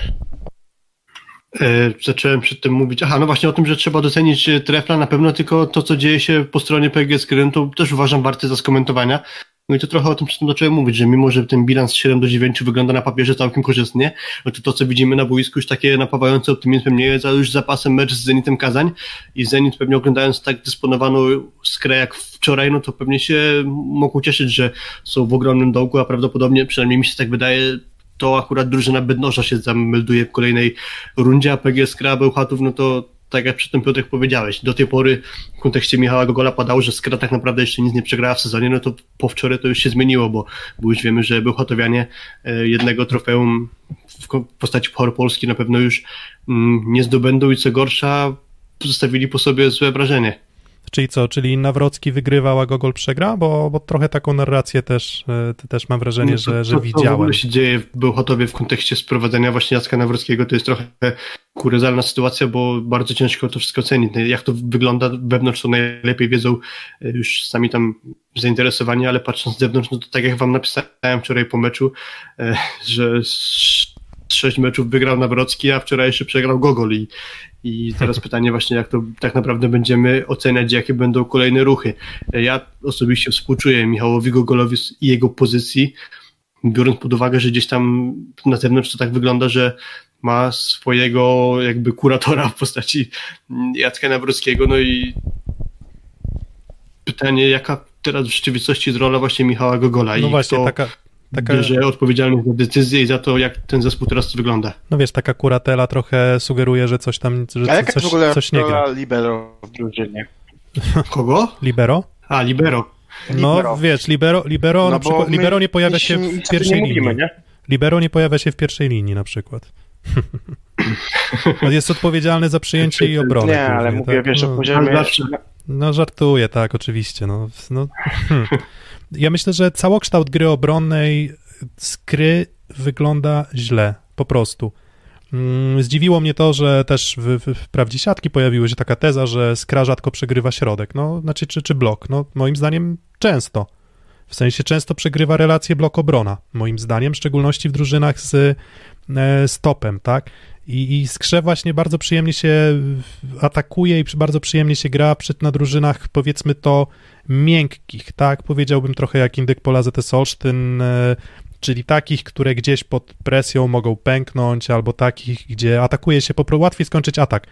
E, zacząłem przed tym mówić, aha, no właśnie o tym, że trzeba docenić Trefla, na pewno tylko to, co dzieje się po stronie P G S Krym, to też uważam warte za skomentowania. No i to trochę o tym przed tym zacząłem mówić, że mimo, że ten bilans siedem do dziewięciu wygląda na papierze całkiem korzystnie, no to to, co widzimy na boisku, już takie napawające optymizmem nie jest, ale już zapasem mecz z Zenitem Kazań i Zenit pewnie oglądając tak dysponowaną Skrę jak wczoraj, no to pewnie się mógł cieszyć, że są w ogromnym dołku, a prawdopodobnie, przynajmniej mi się tak wydaje, to akurat drużyna Bednosza się zamelduje w kolejnej rundzie, a P G S Skra Bełchatów, no to tak jak przedtem Piotrek powiedziałeś, do tej pory w kontekście Michała Gogola padało, że Skra tak naprawdę jeszcze nic nie przegrała w sezonie, no to po wczoraj to już się zmieniło, bo, bo już wiemy, że Bełchatowianie jednego trofeum w postaci Pucharu Polski na pewno już nie zdobędą i co gorsza zostawili po sobie złe wrażenie. Czyli co, czyli Nawrocki wygrywał, a Gogol przegra? Bo, bo trochę taką narrację też, też mam wrażenie, no to, że, że to, widziałem. Co w ogóle się dzieje w Bełchatowie w kontekście sprowadzenia właśnie Jacka Nawrockiego, to jest trochę kuriozalna sytuacja, bo bardzo ciężko to wszystko ocenić. Jak to wygląda wewnątrz, to najlepiej wiedzą już sami tam zainteresowani, ale patrząc z zewnątrz, no to tak jak wam napisałem wczoraj po meczu, że sześć meczów wygrał Nawrocki, a wczoraj jeszcze przegrał Gogol i I teraz pytanie właśnie, jak to tak naprawdę będziemy oceniać, jakie będą kolejne ruchy. Ja osobiście współczuję Michałowi Gogolowi i jego pozycji, biorąc pod uwagę, że gdzieś tam na zewnątrz to tak wygląda, że ma swojego jakby kuratora w postaci Jacka Nawrockiego, no i pytanie, jaka teraz w rzeczywistości jest rola właśnie Michała Gogola. No i właśnie, kto taka... Taka... bierze odpowiedzialność za decyzję i za to, jak ten zespół teraz wygląda. No wiesz, taka kuratela trochę sugeruje, że coś tam, że A jaka coś, w ogóle coś nie gra. libero w drużynie? Kogo? Libero? A, libero. No Libero. wiesz, libero, libero, No na bo przykład, my libero nie pojawia nic się nie- w nic o tym pierwszej nie mówimy, linii. nie? Libero nie pojawia się w pierwszej linii na przykład. Jest odpowiedzialny za przyjęcie i obronę. Nie, ale później, mówię, tak? wiesz, no, o poziomie... zawsze. no żartuję, tak, oczywiście. No, no, hmm. Ja myślę, że całokształt gry obronnej Skry wygląda źle, po prostu. Mm, Zdziwiło mnie to, że też w, w, w Prawdzie Siatki pojawiła się taka teza, że Skra rzadko przegrywa środek, no, znaczy, czy, czy blok. No, moim zdaniem często. W sensie często przegrywa relację blok-obrona, moim zdaniem, w szczególności w drużynach z e, stopem, tak? I, I Skrze właśnie bardzo przyjemnie się atakuje i bardzo przyjemnie się gra przed, na drużynach, powiedzmy to, miękkich, tak? Powiedziałbym trochę jak Indyk Pola Z S Olsztyn, e, czyli takich, które gdzieś pod presją mogą pęknąć, albo takich, gdzie atakuje się, po prostu łatwiej skończyć atak.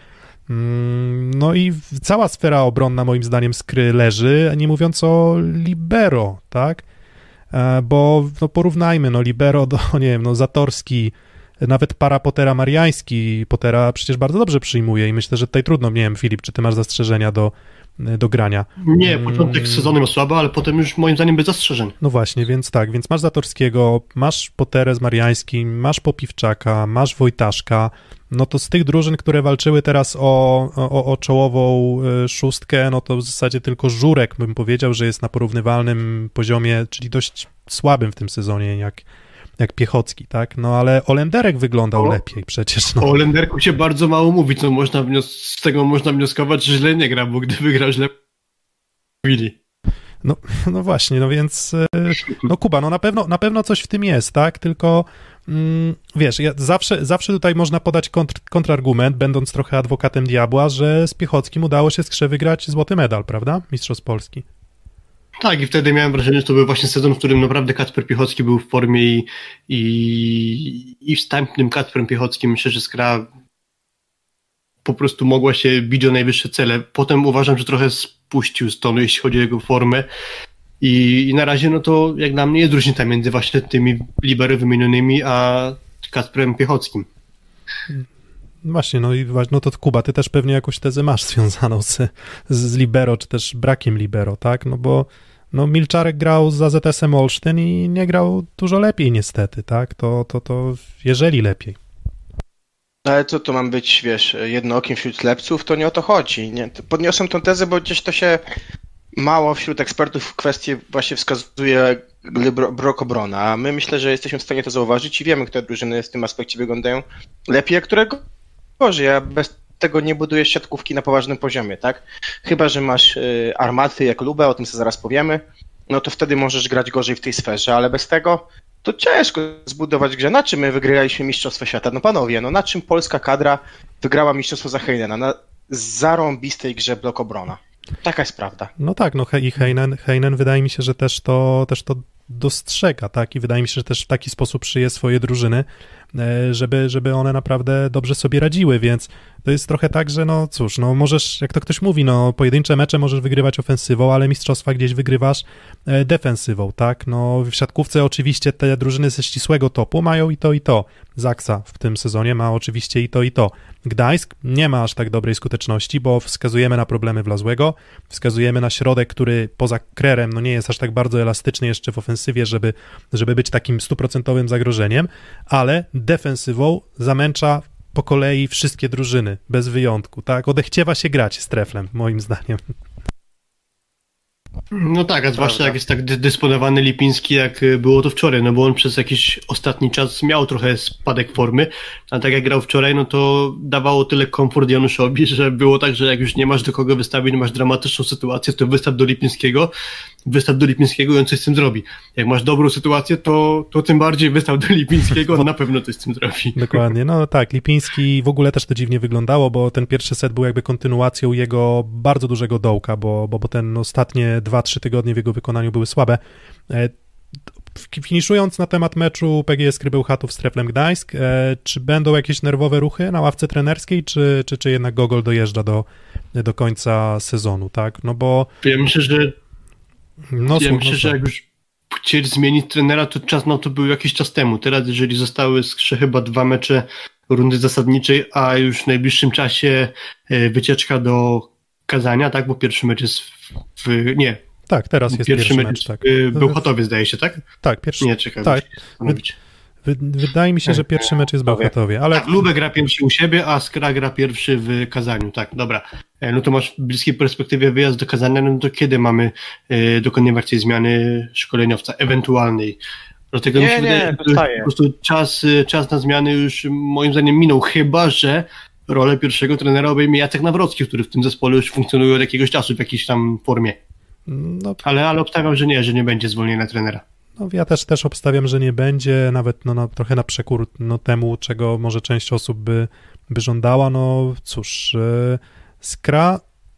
No i cała sfera obronna moim zdaniem Skry leży, nie mówiąc o libero, tak? Bo no porównajmy, no libero do, nie wiem, no Zatorski, nawet para Potera Mariański, Potera przecież bardzo dobrze przyjmuje i myślę, że tutaj trudno, nie wiem, Filip, czy ty masz zastrzeżenia do, do grania? Nie, początek sezonu ma słabo, ale potem już moim zdaniem bez zastrzeżeń. No właśnie, więc tak, więc masz Zatorskiego, masz Poterę z Mariańskim, masz Popiwczaka, masz Wojtaszka, no to z tych drużyn, które walczyły teraz o, o, o czołową szóstkę, no to w zasadzie tylko Żurek bym powiedział, że jest na porównywalnym poziomie, czyli dość słabym w tym sezonie, jak, jak Piechocki, tak? No ale Olenderek wyglądał o, lepiej przecież. No. O Olenderku się bardzo mało mówi, co można wnios- z tego można wnioskować, że źle nie gra, bo gdyby grał źle, mówili. No, no właśnie, no więc no Kuba, no na pewno, na pewno coś w tym jest, tak? Tylko mm, wiesz, ja zawsze, zawsze tutaj można podać kontr, kontrargument, będąc trochę adwokatem diabła, że z Piechockim udało się Skrze wygrać złoty medal, prawda? Mistrzostw Polski. Tak, i wtedy miałem wrażenie, że to był właśnie sezon, w którym naprawdę Kacper Piechocki był w formie i, i, i wstępnym Kacprem Piechockim myślę, że Skra po prostu mogła się bić o najwyższe cele. Potem uważam, że trochę spuścił z tonu, jeśli chodzi o jego formę. I, i na razie, no to jak dla mnie jest różnica między właśnie tymi libero wymienionymi, a Kacprem Piechockim. Właśnie, no i no to Kuba, ty też pewnie jakąś tezę masz związaną z, z libero, czy też brakiem libero, tak? No bo no Milczarek grał za Z S em Olsztyn i nie grał dużo lepiej niestety, tak? To, to, to jeżeli lepiej. Ale co to mam być, wiesz, jednookim wśród ślepców? To nie o to chodzi. Nie? Podniosłem tę tezę, bo gdzieś to się mało wśród ekspertów w kwestii właśnie wskazuje blok obrona, a my myślę, że jesteśmy w stanie to zauważyć i wiemy, które drużyny w tym aspekcie wyglądają lepiej, a które gorzej. Ja bez tego nie buduję siatkówki na poważnym poziomie, tak? Chyba że masz y, armaty jak Lubę, o tym co zaraz powiemy, no to wtedy możesz grać gorzej w tej sferze, ale bez tego to ciężko zbudować grę. Na czym my wygraliśmy Mistrzostwo Świata? No panowie, no na czym polska kadra wygrała Mistrzostwo za Heinena? Na zarąbistej grze blok obrona. Taka jest prawda. No tak, no i Heinen, Heinen wydaje mi się, że też to, też to dostrzega, tak? I wydaje mi się, że też w taki sposób szyje swoje drużyny, żeby, żeby one naprawdę dobrze sobie radziły, więc to jest trochę tak, że no cóż, no możesz, jak to ktoś mówi, no pojedyncze mecze możesz wygrywać ofensywą, ale mistrzostwa gdzieś wygrywasz e, defensywą, tak? No w siatkówce oczywiście te drużyny ze ścisłego topu mają i to, i to. Zaksa w tym sezonie ma oczywiście i to, i to. Gdańsk nie ma aż tak dobrej skuteczności, bo wskazujemy na problemy Wlazłego, wskazujemy na środek, który poza Krerem no nie jest aż tak bardzo elastyczny jeszcze w ofensywie, żeby, żeby być takim stuprocentowym zagrożeniem, ale defensywą zamęcza po kolei wszystkie drużyny, bez wyjątku, tak? Odechciewa się grać z Treflem, moim zdaniem. No tak, a zwłaszcza Prawda. jak jest tak dy- dysponowany Lipiński, jak było to wczoraj, no bo on przez jakiś ostatni czas miał trochę spadek formy, a tak jak grał wczoraj, no to dawało tyle komfort Januszowi, że było tak, że jak już nie masz do kogo wystawić, masz dramatyczną sytuację, to wystaw do Lipińskiego, wystaw do Lipińskiego i on coś z tym zrobi. Jak masz dobrą sytuację, to, to tym bardziej wystaw do Lipińskiego, on na pewno coś z tym zrobi. Dokładnie, no tak, Lipiński w ogóle też to dziwnie wyglądało, bo ten pierwszy set był jakby kontynuacją jego bardzo dużego dołka, bo, bo, bo ten ostatnie dwa trzy tygodnie w jego wykonaniu były słabe. E, Finiszując na temat meczu P G S Krybełchatów z Treflem Gdańsk, e, czy będą jakieś nerwowe ruchy na ławce trenerskiej, czy, czy, czy jednak Gogol dojeżdża do, do końca sezonu, tak? No bo... Ja myślę, że No, ja słuch, myślę, no, że jak już chcieli zmienić trenera, to czas na to był jakiś czas temu. Teraz, jeżeli zostały jeszcze chyba dwa mecze rundy zasadniczej, a już w najbliższym czasie e, wycieczka do Kazania, tak? Bo pierwszy mecz jest w... w nie, tak, teraz jest pierwszy, pierwszy mecz, mecz, tak. e, był Bełchatowie, zdaje się, tak? Tak, pierwszy. Nie, czekaj. Tak. muszę się zastanowić. Wy, wydaje mi się, że pierwszy mecz jest w Bełchatowie, ale... Tak, Lubę gra pierwszy u siebie, a Skra gra pierwszy w Kazaniu. Tak, dobra. E, No to masz w bliskiej perspektywie wyjazd do Kazania, no to kiedy mamy e, dokonywać tej zmiany szkoleniowca ewentualnej? Dlatego Nie, mi się nie, wydaje, to że wstaje. po prostu czas, e, czas na zmiany już moim zdaniem minął, chyba że rolę pierwszego trenera obejmie Jacek Nawrocki, który w tym zespole już funkcjonuje od jakiegoś czasu w jakiejś tam formie. No, Ale, ale obstawiam, że nie, że nie będzie zwolnienia trenera. no ja też, też obstawiam, że nie będzie, nawet no, no, trochę na przekór no, temu, czego może część osób by, by żądała. No cóż, yy, Skra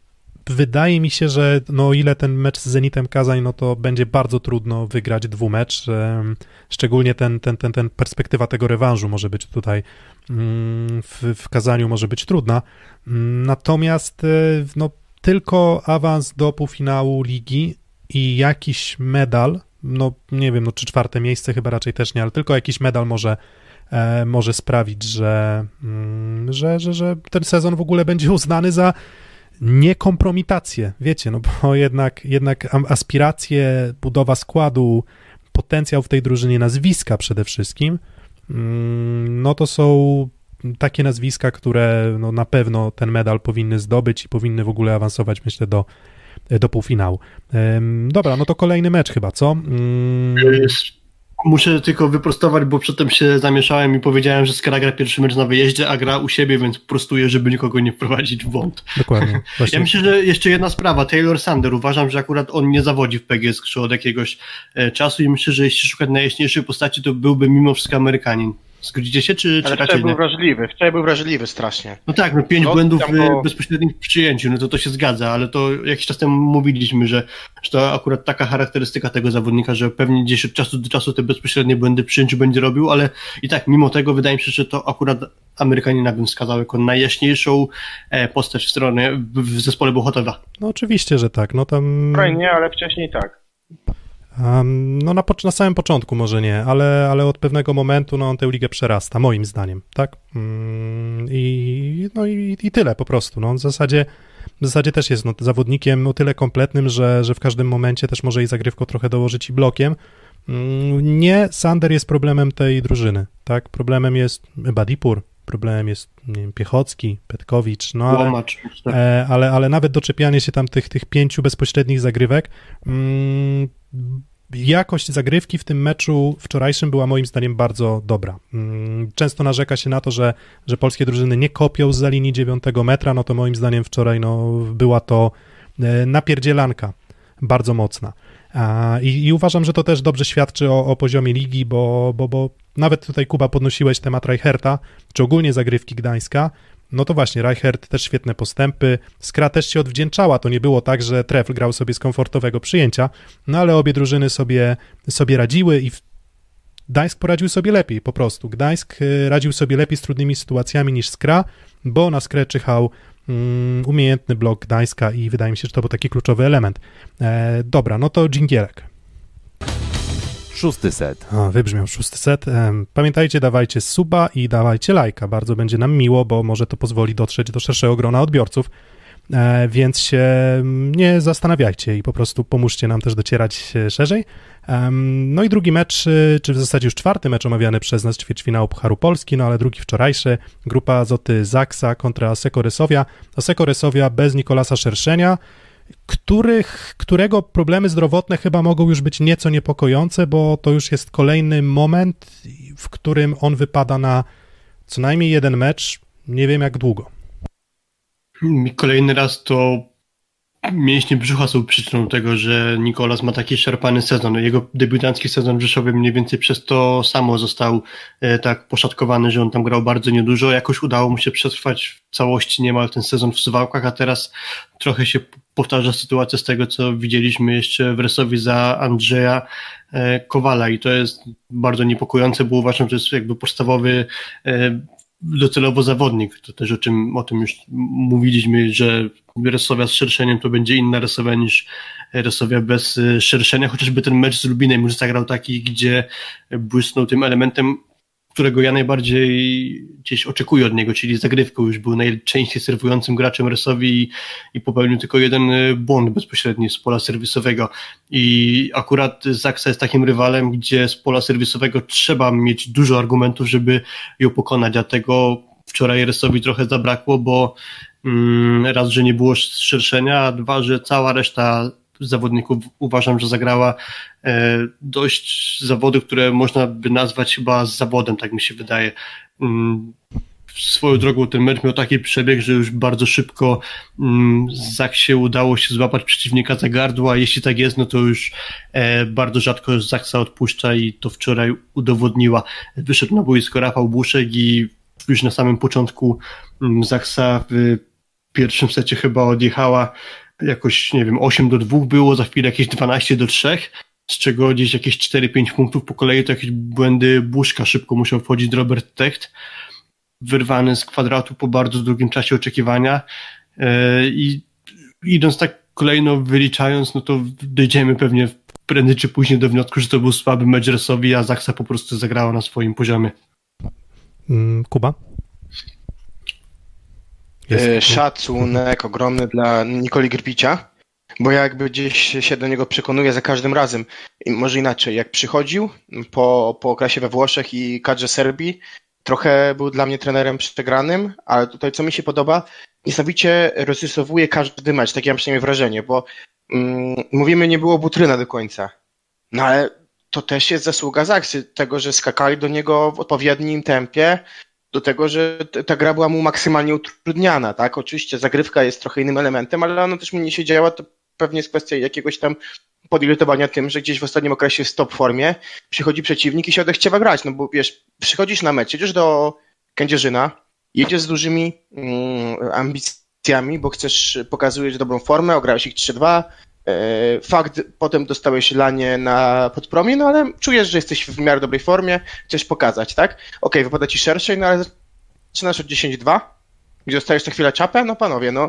wydaje mi się, że no, o ile ten mecz z Zenitem Kazań, no to będzie bardzo trudno wygrać dwumecz, yy, szczególnie ten, ten, ten, ten perspektywa tego rewanżu może być tutaj yy, w, w Kazaniu może być trudna, yy, natomiast yy, no, tylko awans do półfinału ligi i jakiś medal, no nie wiem, no czy czwarte miejsce chyba raczej też nie, ale tylko jakiś medal może, e, może sprawić, że, mm, że, że, że ten sezon w ogóle będzie uznany za niekompromitację, wiecie, no bo jednak, jednak aspiracje, budowa składu, potencjał w tej drużynie, nazwiska przede wszystkim, mm, no to są takie nazwiska, które no, na pewno ten medal powinny zdobyć i powinny w ogóle awansować, myślę, do, do półfinału. Ym, dobra, no to kolejny mecz chyba, co? Ym... Muszę tylko wyprostować, bo przedtem się zamieszałem i powiedziałem, że Skra gra pierwszy mecz na wyjeździe, a gra u siebie, więc prostuję, żeby nikogo nie wprowadzić w błąd. Dokładnie. Właśnie. Ja myślę, że jeszcze jedna sprawa. Taylor Sander. Uważam, że akurat on nie zawodzi w P G S Krzów od jakiegoś e, czasu i myślę, że jeśli szukać najjaśniejszej postaci, to byłby mimo wszystko Amerykanin. Zgodzicie się, czy, czy Ale raczej wczoraj był nie? wrażliwy, wczoraj był wrażliwy strasznie. No tak, no pięć No, błędów tam go- w bezpośrednim przyjęciu, no to to się zgadza, ale to jakiś czas temu mówiliśmy, że, że to akurat taka charakterystyka tego zawodnika, że pewnie gdzieś od czasu do czasu te bezpośrednie błędy w przyjęciu będzie robił, ale i tak mimo tego wydaje mi się, że to akurat Amerykanina bym wskazał jako najjaśniejszą e, postać w stronie w, w zespole Bełchatowa. No oczywiście, że tak, no tam... Wczoraj nie, ale wcześniej tak. Um, no na, pocz- na samym początku może nie, ale, ale od pewnego momentu no, on tę ligę przerasta, moim zdaniem, tak? Mm, I, no i, i tyle po prostu. No, on w zasadzie, w zasadzie też jest no, zawodnikiem o tyle kompletnym, że, że w każdym momencie też może i zagrywką trochę dołożyć i blokiem. Mm, nie, Sander jest problemem tej drużyny, tak? Problemem jest Badipur, problemem jest nie wiem, Piechocki, Petkowicz, no ale... Łomacz. Tak. E, ale, ale nawet doczepianie się tam tych, tych pięciu bezpośrednich zagrywek, mm, jakość zagrywki w tym meczu wczorajszym była moim zdaniem bardzo dobra. Mm, często narzeka się na to, że, że polskie drużyny nie kopią zza linii dziewiątego metra, no to moim zdaniem wczoraj no, była to e, napierdzielanka bardzo mocna. A, i, I uważam, że to też dobrze świadczy o, o poziomie ligi, bo, bo, bo nawet tutaj, Kuba, podnosiłeś temat Reicherta, czy ogólnie zagrywki Gdańska, no to właśnie, Reichert też świetne postępy, Skra też się odwdzięczała, to nie było tak, że Trefl grał sobie z komfortowego przyjęcia, no ale obie drużyny sobie, sobie radziły i w Gdańsk poradził sobie lepiej, po prostu. Gdańsk y, radził sobie lepiej z trudnymi sytuacjami niż Skra, bo na Skrę czyhał um, umiejętny blok Gdańska i wydaje mi się, że to był taki kluczowy element. E, dobra, no to dżingielek. Szósty set. O, wybrzmiał szósty set. E, pamiętajcie, dawajcie suba i dawajcie lajka. Bardzo będzie nam miło, bo może to pozwoli dotrzeć do szerszego grona odbiorców. E, więc się nie zastanawiajcie i po prostu pomóżcie nam też docierać szerzej. E, no i drugi mecz, czy w zasadzie już czwarty mecz omawiany przez nas, ćwierćfinału Pucharu Polski, no ale drugi wczorajszy, grupa Azoty Zaksa kontra Asseco Resovia. Asseco Resovia bez Nikolasa Szerszenia, których, którego problemy zdrowotne chyba mogą już być nieco niepokojące, bo to już jest kolejny moment, w którym on wypada na co najmniej jeden mecz, nie wiem jak długo. Kolejny raz to mięśnie brzucha są przyczyną tego, że Nikolas ma taki szarpany sezon. Jego debiutancki sezon w Rzeszowie mniej więcej przez to samo został e, tak poszatkowany, że on tam grał bardzo niedużo. Jakoś udało mu się przetrwać w całości niemal ten sezon w Suwałkach, a teraz trochę się powtarza sytuacja z tego, co widzieliśmy jeszcze w Resowi za Andrzeja e, Kowala i to jest bardzo niepokojące, bo uważam, że to jest jakby podstawowy e, docelowo zawodnik. To też o czym o tym już mówiliśmy, że Resovia z Szerszeniem to będzie inna Resovia niż Resovia bez Szerszenia, chociażby ten mecz z Lubinem już zagrał taki, gdzie błysnął tym elementem, którego ja najbardziej gdzieś oczekuję od niego, czyli zagrywką. Już był najczęściej serwującym graczem Resovii i, i popełnił tylko jeden błąd bezpośredni z pola serwisowego. I akurat Zaksa jest takim rywalem, gdzie z pola serwisowego trzeba mieć dużo argumentów, żeby ją pokonać, a tego wczoraj Resovii trochę zabrakło, bo mm, raz, że nie było Szerszenia, a dwa, że cała reszta zawodników uważam, że zagrała e, dość zawody, które można by nazwać chyba zawodem, tak mi się wydaje. Mm, swoją drogą ten mecz miał taki przebieg, że już bardzo szybko mm, Zaksie udało się złapać przeciwnika za gardło, a jeśli tak jest, no to już e, bardzo rzadko Zaksa odpuszcza i to wczoraj udowodniła. Wyszedł na boisko Rafał Buszek i już na samym początku mm, Zaksa w pierwszym secie chyba odjechała jakoś, nie wiem, osiem do dwóch było, za chwilę jakieś dwanaście do trzech, z czego gdzieś jakieś cztery pięć punktów po kolei to jakieś błędy Buszka, szybko musiał wchodzić Robert Techt, wyrwany z kwadratu po bardzo długim czasie oczekiwania i idąc tak kolejno wyliczając, no to dojdziemy pewnie prędzej czy później do wniosku, że to był słaby mecz Resovii, a Zaksa po prostu zagrała na swoim poziomie. Kuba? Jest. Szacunek ogromny dla Nikoli Grbicia, bo jakby gdzieś się do niego przekonuje za każdym razem. I może inaczej, jak przychodził po, po okresie we Włoszech i kadrze Serbii, trochę był dla mnie trenerem przegranym, ale tutaj co mi się podoba, niesamowicie rozrysowuje każdy mecz, takie mam przynajmniej wrażenie, bo mm, mówimy, nie było Butryna do końca, no ale to też jest zasługa Zaksy, tego, że skakali do niego w odpowiednim tempie, do tego, że ta gra była mu maksymalnie utrudniana, tak? Oczywiście zagrywka jest trochę innym elementem, ale ona też mu nie się działa, to pewnie jest kwestia jakiegoś tam podirytowania tym, że gdzieś w ostatnim okresie w stop formie przychodzi przeciwnik i się odechciewa grać, no bo wiesz, przychodzisz na mecz, jedziesz do Kędzierzyna, jedziesz z dużymi mm, ambicjami, bo chcesz, pokazujesz dobrą formę, ograłeś ich trzy dwa, e, fakt, potem dostałeś lanie na podpromie, no ale czujesz, że jesteś w miarę dobrej formie, chcesz pokazać, tak? Okej, okay, wypada ci szerszej, no ale zaczynasz od dziesięć dwa, gdzie dostajesz na chwilę czapę, no panowie, no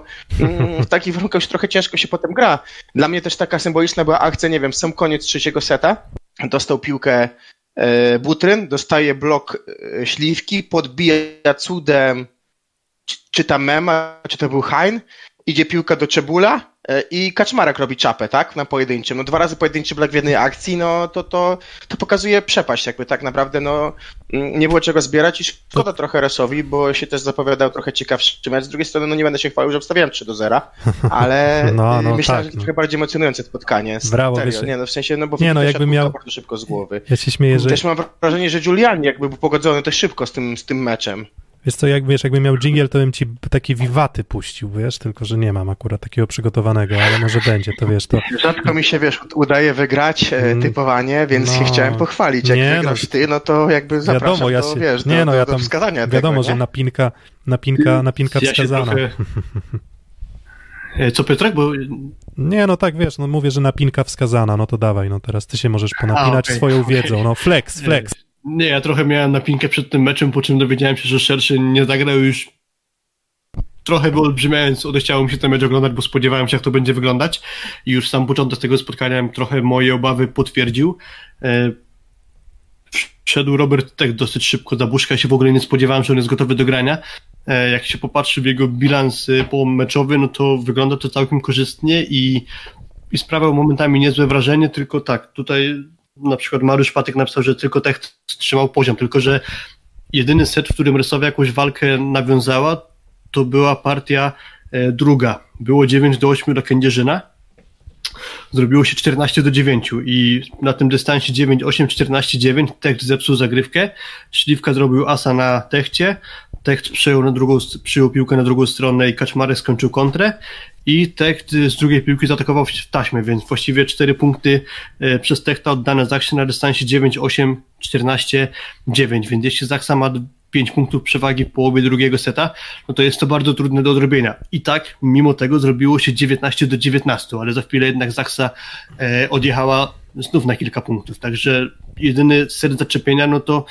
w takich warunkach już trochę ciężko się potem gra. Dla mnie też taka symboliczna była akcja, nie wiem, sam koniec trzeciego seta, dostał piłkę e, Butryn, dostaje blok e, Śliwki, podbija cudem, czy, czy ta Mema, czy to był Hein, idzie piłka do Czebula e, i Kaczmarek robi czapę, tak, na pojedynczym. No dwa razy pojedynczy blok w jednej akcji, no to, to, to pokazuje przepaść, jakby tak naprawdę, no nie było czego zbierać i szkoda trochę Resowi, bo się też zapowiadał trochę ciekawszy mecz. Z drugiej strony, no nie będę się chwalił, że obstawiałem trzy do zera, ale no, no, myślałem, tak, że no. trochę bardziej emocjonujące spotkanie. Brawo, serio. wiesz, Nie, no w sensie, no bo nie, no, też jakby miał... bardzo szybko z głowy. Ja się śmieję, że... Też mam wrażenie, że Giuliani jakby był pogodzony też szybko z tym, z tym meczem. Wiesz co, jak, wiesz, jakbym miał dżingiel, to bym ci takie wiwaty puścił, wiesz, tylko że nie mam akurat takiego przygotowanego, ale może będzie, to wiesz, to... Rzadko mi się, wiesz, udaje wygrać e, typowanie, więc no, się chciałem pochwalić. Jak nie, wygrasz no, ty, no to jakby zapraszam, wiadomo, ja się, to, wiesz, nie, do, no, ja do, tam, do wskazania wiadomo, tego, że napinka, napinka, napinka Ja się wskazana. trochę... Co, Piotrek? Bo... Nie, no tak, wiesz, no mówię, że napinka wskazana, no to dawaj, no teraz ty się możesz ponapinać A, okay, swoją okay. wiedzą, no flex, flex. Nie, ja trochę miałem napinkę przed tym meczem, po czym dowiedziałem się, że Szerszeń nie zagrał już trochę wyolbrzymiając, odechciało mi się ten mecz oglądać, bo spodziewałem się, jak to będzie wyglądać i już sam początek tego spotkania trochę moje obawy potwierdził. Wszedł Robert tak dosyć szybko za Buszka, ja się w ogóle nie spodziewałem, że on jest gotowy do grania. Jak się popatrzy w jego bilans pomeczowy, no to wygląda to całkiem korzystnie i, i sprawiał momentami niezłe wrażenie, tylko tak, tutaj na przykład Mariusz Patyk napisał, że tylko tak trzymał poziom, tylko że jedyny set, w którym Resowia jakąś walkę nawiązała, to była partia e, druga. Było dziewięć do ośmiu dla Kędzierzyna. Zrobiło się czternaście do dziewięciu i na tym dystansie dziewięć osiem, czternaście dziewięć Techt zepsuł zagrywkę. Śliwka zrobił asa na Techcie. Techt przyjął, na drugą, przyjął piłkę na drugą stronę i Kaczmarek skończył kontrę. I Techt z drugiej piłki zaatakował w taśmę, więc właściwie cztery punkty e, przez Techta oddane Zaksie na dystansie dziewięć osiem, czternaście dziewięć. Więc jeśli Zaksa ma pięć punktów przewagi w połowie drugiego seta, no to jest to bardzo trudne do odrobienia. I tak, mimo tego zrobiło się dziewiętnaście do dziewiętnastu, ale za chwilę jednak Zaksa e, odjechała znów na kilka punktów. Także jedyny set zaczepienia, no to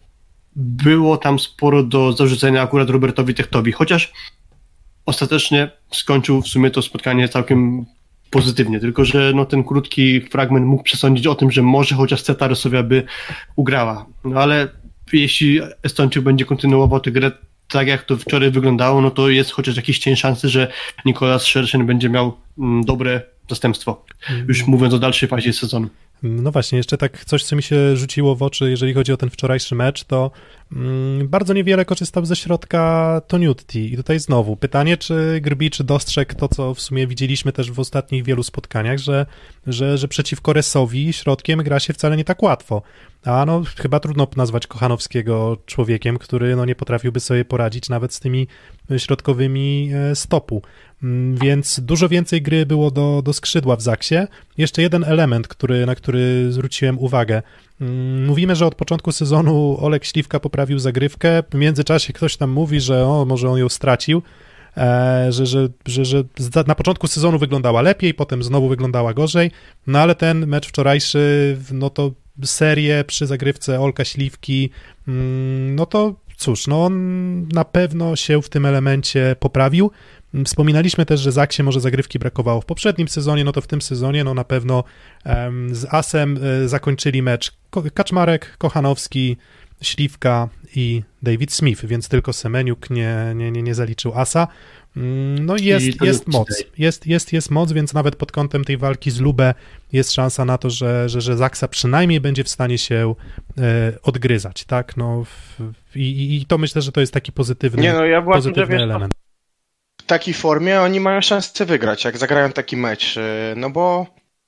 było tam sporo do zarzucenia akurat Robertowi Techtowi, chociaż ostatecznie skończył w sumie to spotkanie całkiem pozytywnie, tylko że no, ten krótki fragment mógł przesądzić o tym, że może chociaż seta Resowia by ugrała. No ale jeśli Estończyk będzie kontynuował tę grę tak, jak to wczoraj wyglądało, no to jest chociaż jakiś cień szansy, że Nikolas Szerszeń będzie miał mm, dobre zastępstwo, już mówiąc o dalszej fazie sezonu. No właśnie, jeszcze tak coś, co mi się rzuciło w oczy, jeżeli chodzi o ten wczorajszy mecz, to mm, bardzo niewiele korzystał ze środka Toniutti. I tutaj znowu pytanie, czy Grbicz dostrzegł to, co w sumie widzieliśmy też w ostatnich wielu spotkaniach, że, że, że przeciwko Resowi środkiem gra się wcale nie tak łatwo. A no chyba trudno nazwać Kochanowskiego człowiekiem, który no nie potrafiłby sobie poradzić nawet z tymi środkowymi stopu. Więc dużo więcej gry było do, do skrzydła w Zaksie. Jeszcze jeden element, który, na który zwróciłem uwagę. Mówimy, że od początku sezonu Olek Śliwka poprawił zagrywkę. W międzyczasie ktoś tam mówi, że o, może on ją stracił, e, że, że, że, że na początku sezonu wyglądała lepiej, potem znowu wyglądała gorzej. No ale ten mecz wczorajszy, no to serię przy zagrywce Olka Śliwki, no to cóż, no on na pewno się w tym elemencie poprawił. Wspominaliśmy też, że Zaksie może zagrywki brakowało w poprzednim sezonie, no to w tym sezonie no na pewno um, z Asem y, zakończyli mecz Kaczmarek, Kochanowski, Śliwka i David Smith, więc tylko Semeniuk nie, nie, nie, nie zaliczył Asa. No jest, jest moc, jest, jest, jest moc, więc nawet pod kątem tej walki z Lubę jest szansa na to, że, że, że Zaksa przynajmniej będzie w stanie się e, odgryzać, tak, no w, i, i to myślę, że to jest taki pozytywny, nie, no, ja pozytywny wiesz, element. W takiej formie oni mają szansę wygrać, jak zagrają taki mecz, no bo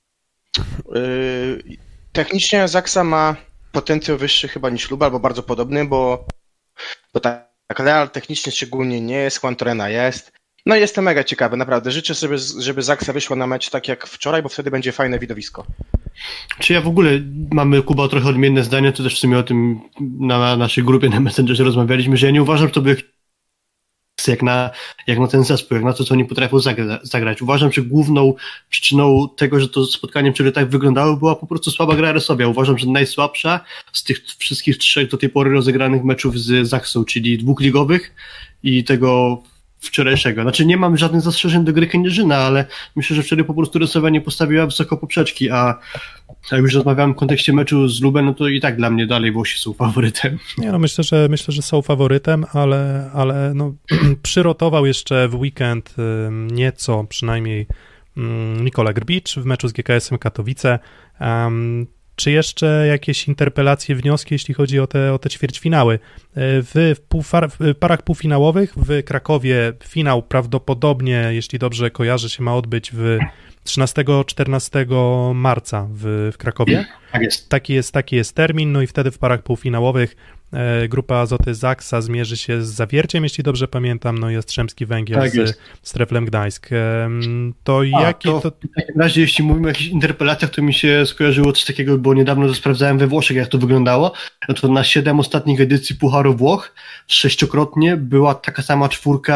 yy, technicznie Zaksa ma potencjał wyższy chyba niż Luba, albo bardzo podobny, bo, bo tak, Real technicznie szczególnie nie jest, Juan Torrena jest. No i jestem mega ciekawy, naprawdę. Życzę sobie, żeby Zaksa wyszła na mecz tak jak wczoraj, bo wtedy będzie fajne widowisko. Czy ja w ogóle, mamy Kuba trochę odmienne zdania, to też w sumie o tym na naszej grupie na Messengerze rozmawialiśmy, że ja nie uważam, że to by jak na, jak na ten zespół, jak na to, co oni potrafią zagra- zagrać. Uważam, że główną przyczyną tego, że to spotkanie wczoraj tak wyglądało, była po prostu słaba gra Resowia. Uważam, że najsłabsza z tych wszystkich trzech do tej pory rozegranych meczów z Zaksą, czyli dwóch ligowych i tego wczorajszego. Znaczy nie mam żadnych zastrzeżeń do gry Kędzierzyna, ale myślę, że wczoraj po prostu Resowia nie postawiła wysoko poprzeczki, a jak już rozmawiałem w kontekście meczu z Lubem, no to i tak dla mnie dalej Włosi są faworytem. Nie, no myślę, że myślę, że są faworytem, ale, ale no, przyrotował jeszcze w weekend nieco, przynajmniej Nikola Grbicz w meczu z G K S-em Katowice. Um, Czy jeszcze jakieś interpelacje, wnioski, jeśli chodzi o te, o te ćwierćfinały? W, w, półfar, w parach półfinałowych w Krakowie finał prawdopodobnie, jeśli dobrze kojarzę, się ma odbyć w trzynastego czternastego marca w, w Krakowie. Tak jest. Taki jest, taki jest termin, no i wtedy w parach półfinałowych e, grupa Azoty Zaksa zmierzy się z Zawierciem, jeśli dobrze pamiętam, no i Jastrzębski Węgiel tak z, z Treflem Gdańsk. E, to A, jaki to... to... W takim razie, jeśli mówimy o jakichś interpelacjach, to mi się skojarzyło coś takiego, bo niedawno to sprawdzałem we Włoszech, jak to wyglądało, no to na siedem ostatnich edycji Pucharu Włoch sześciokrotnie była taka sama czwórka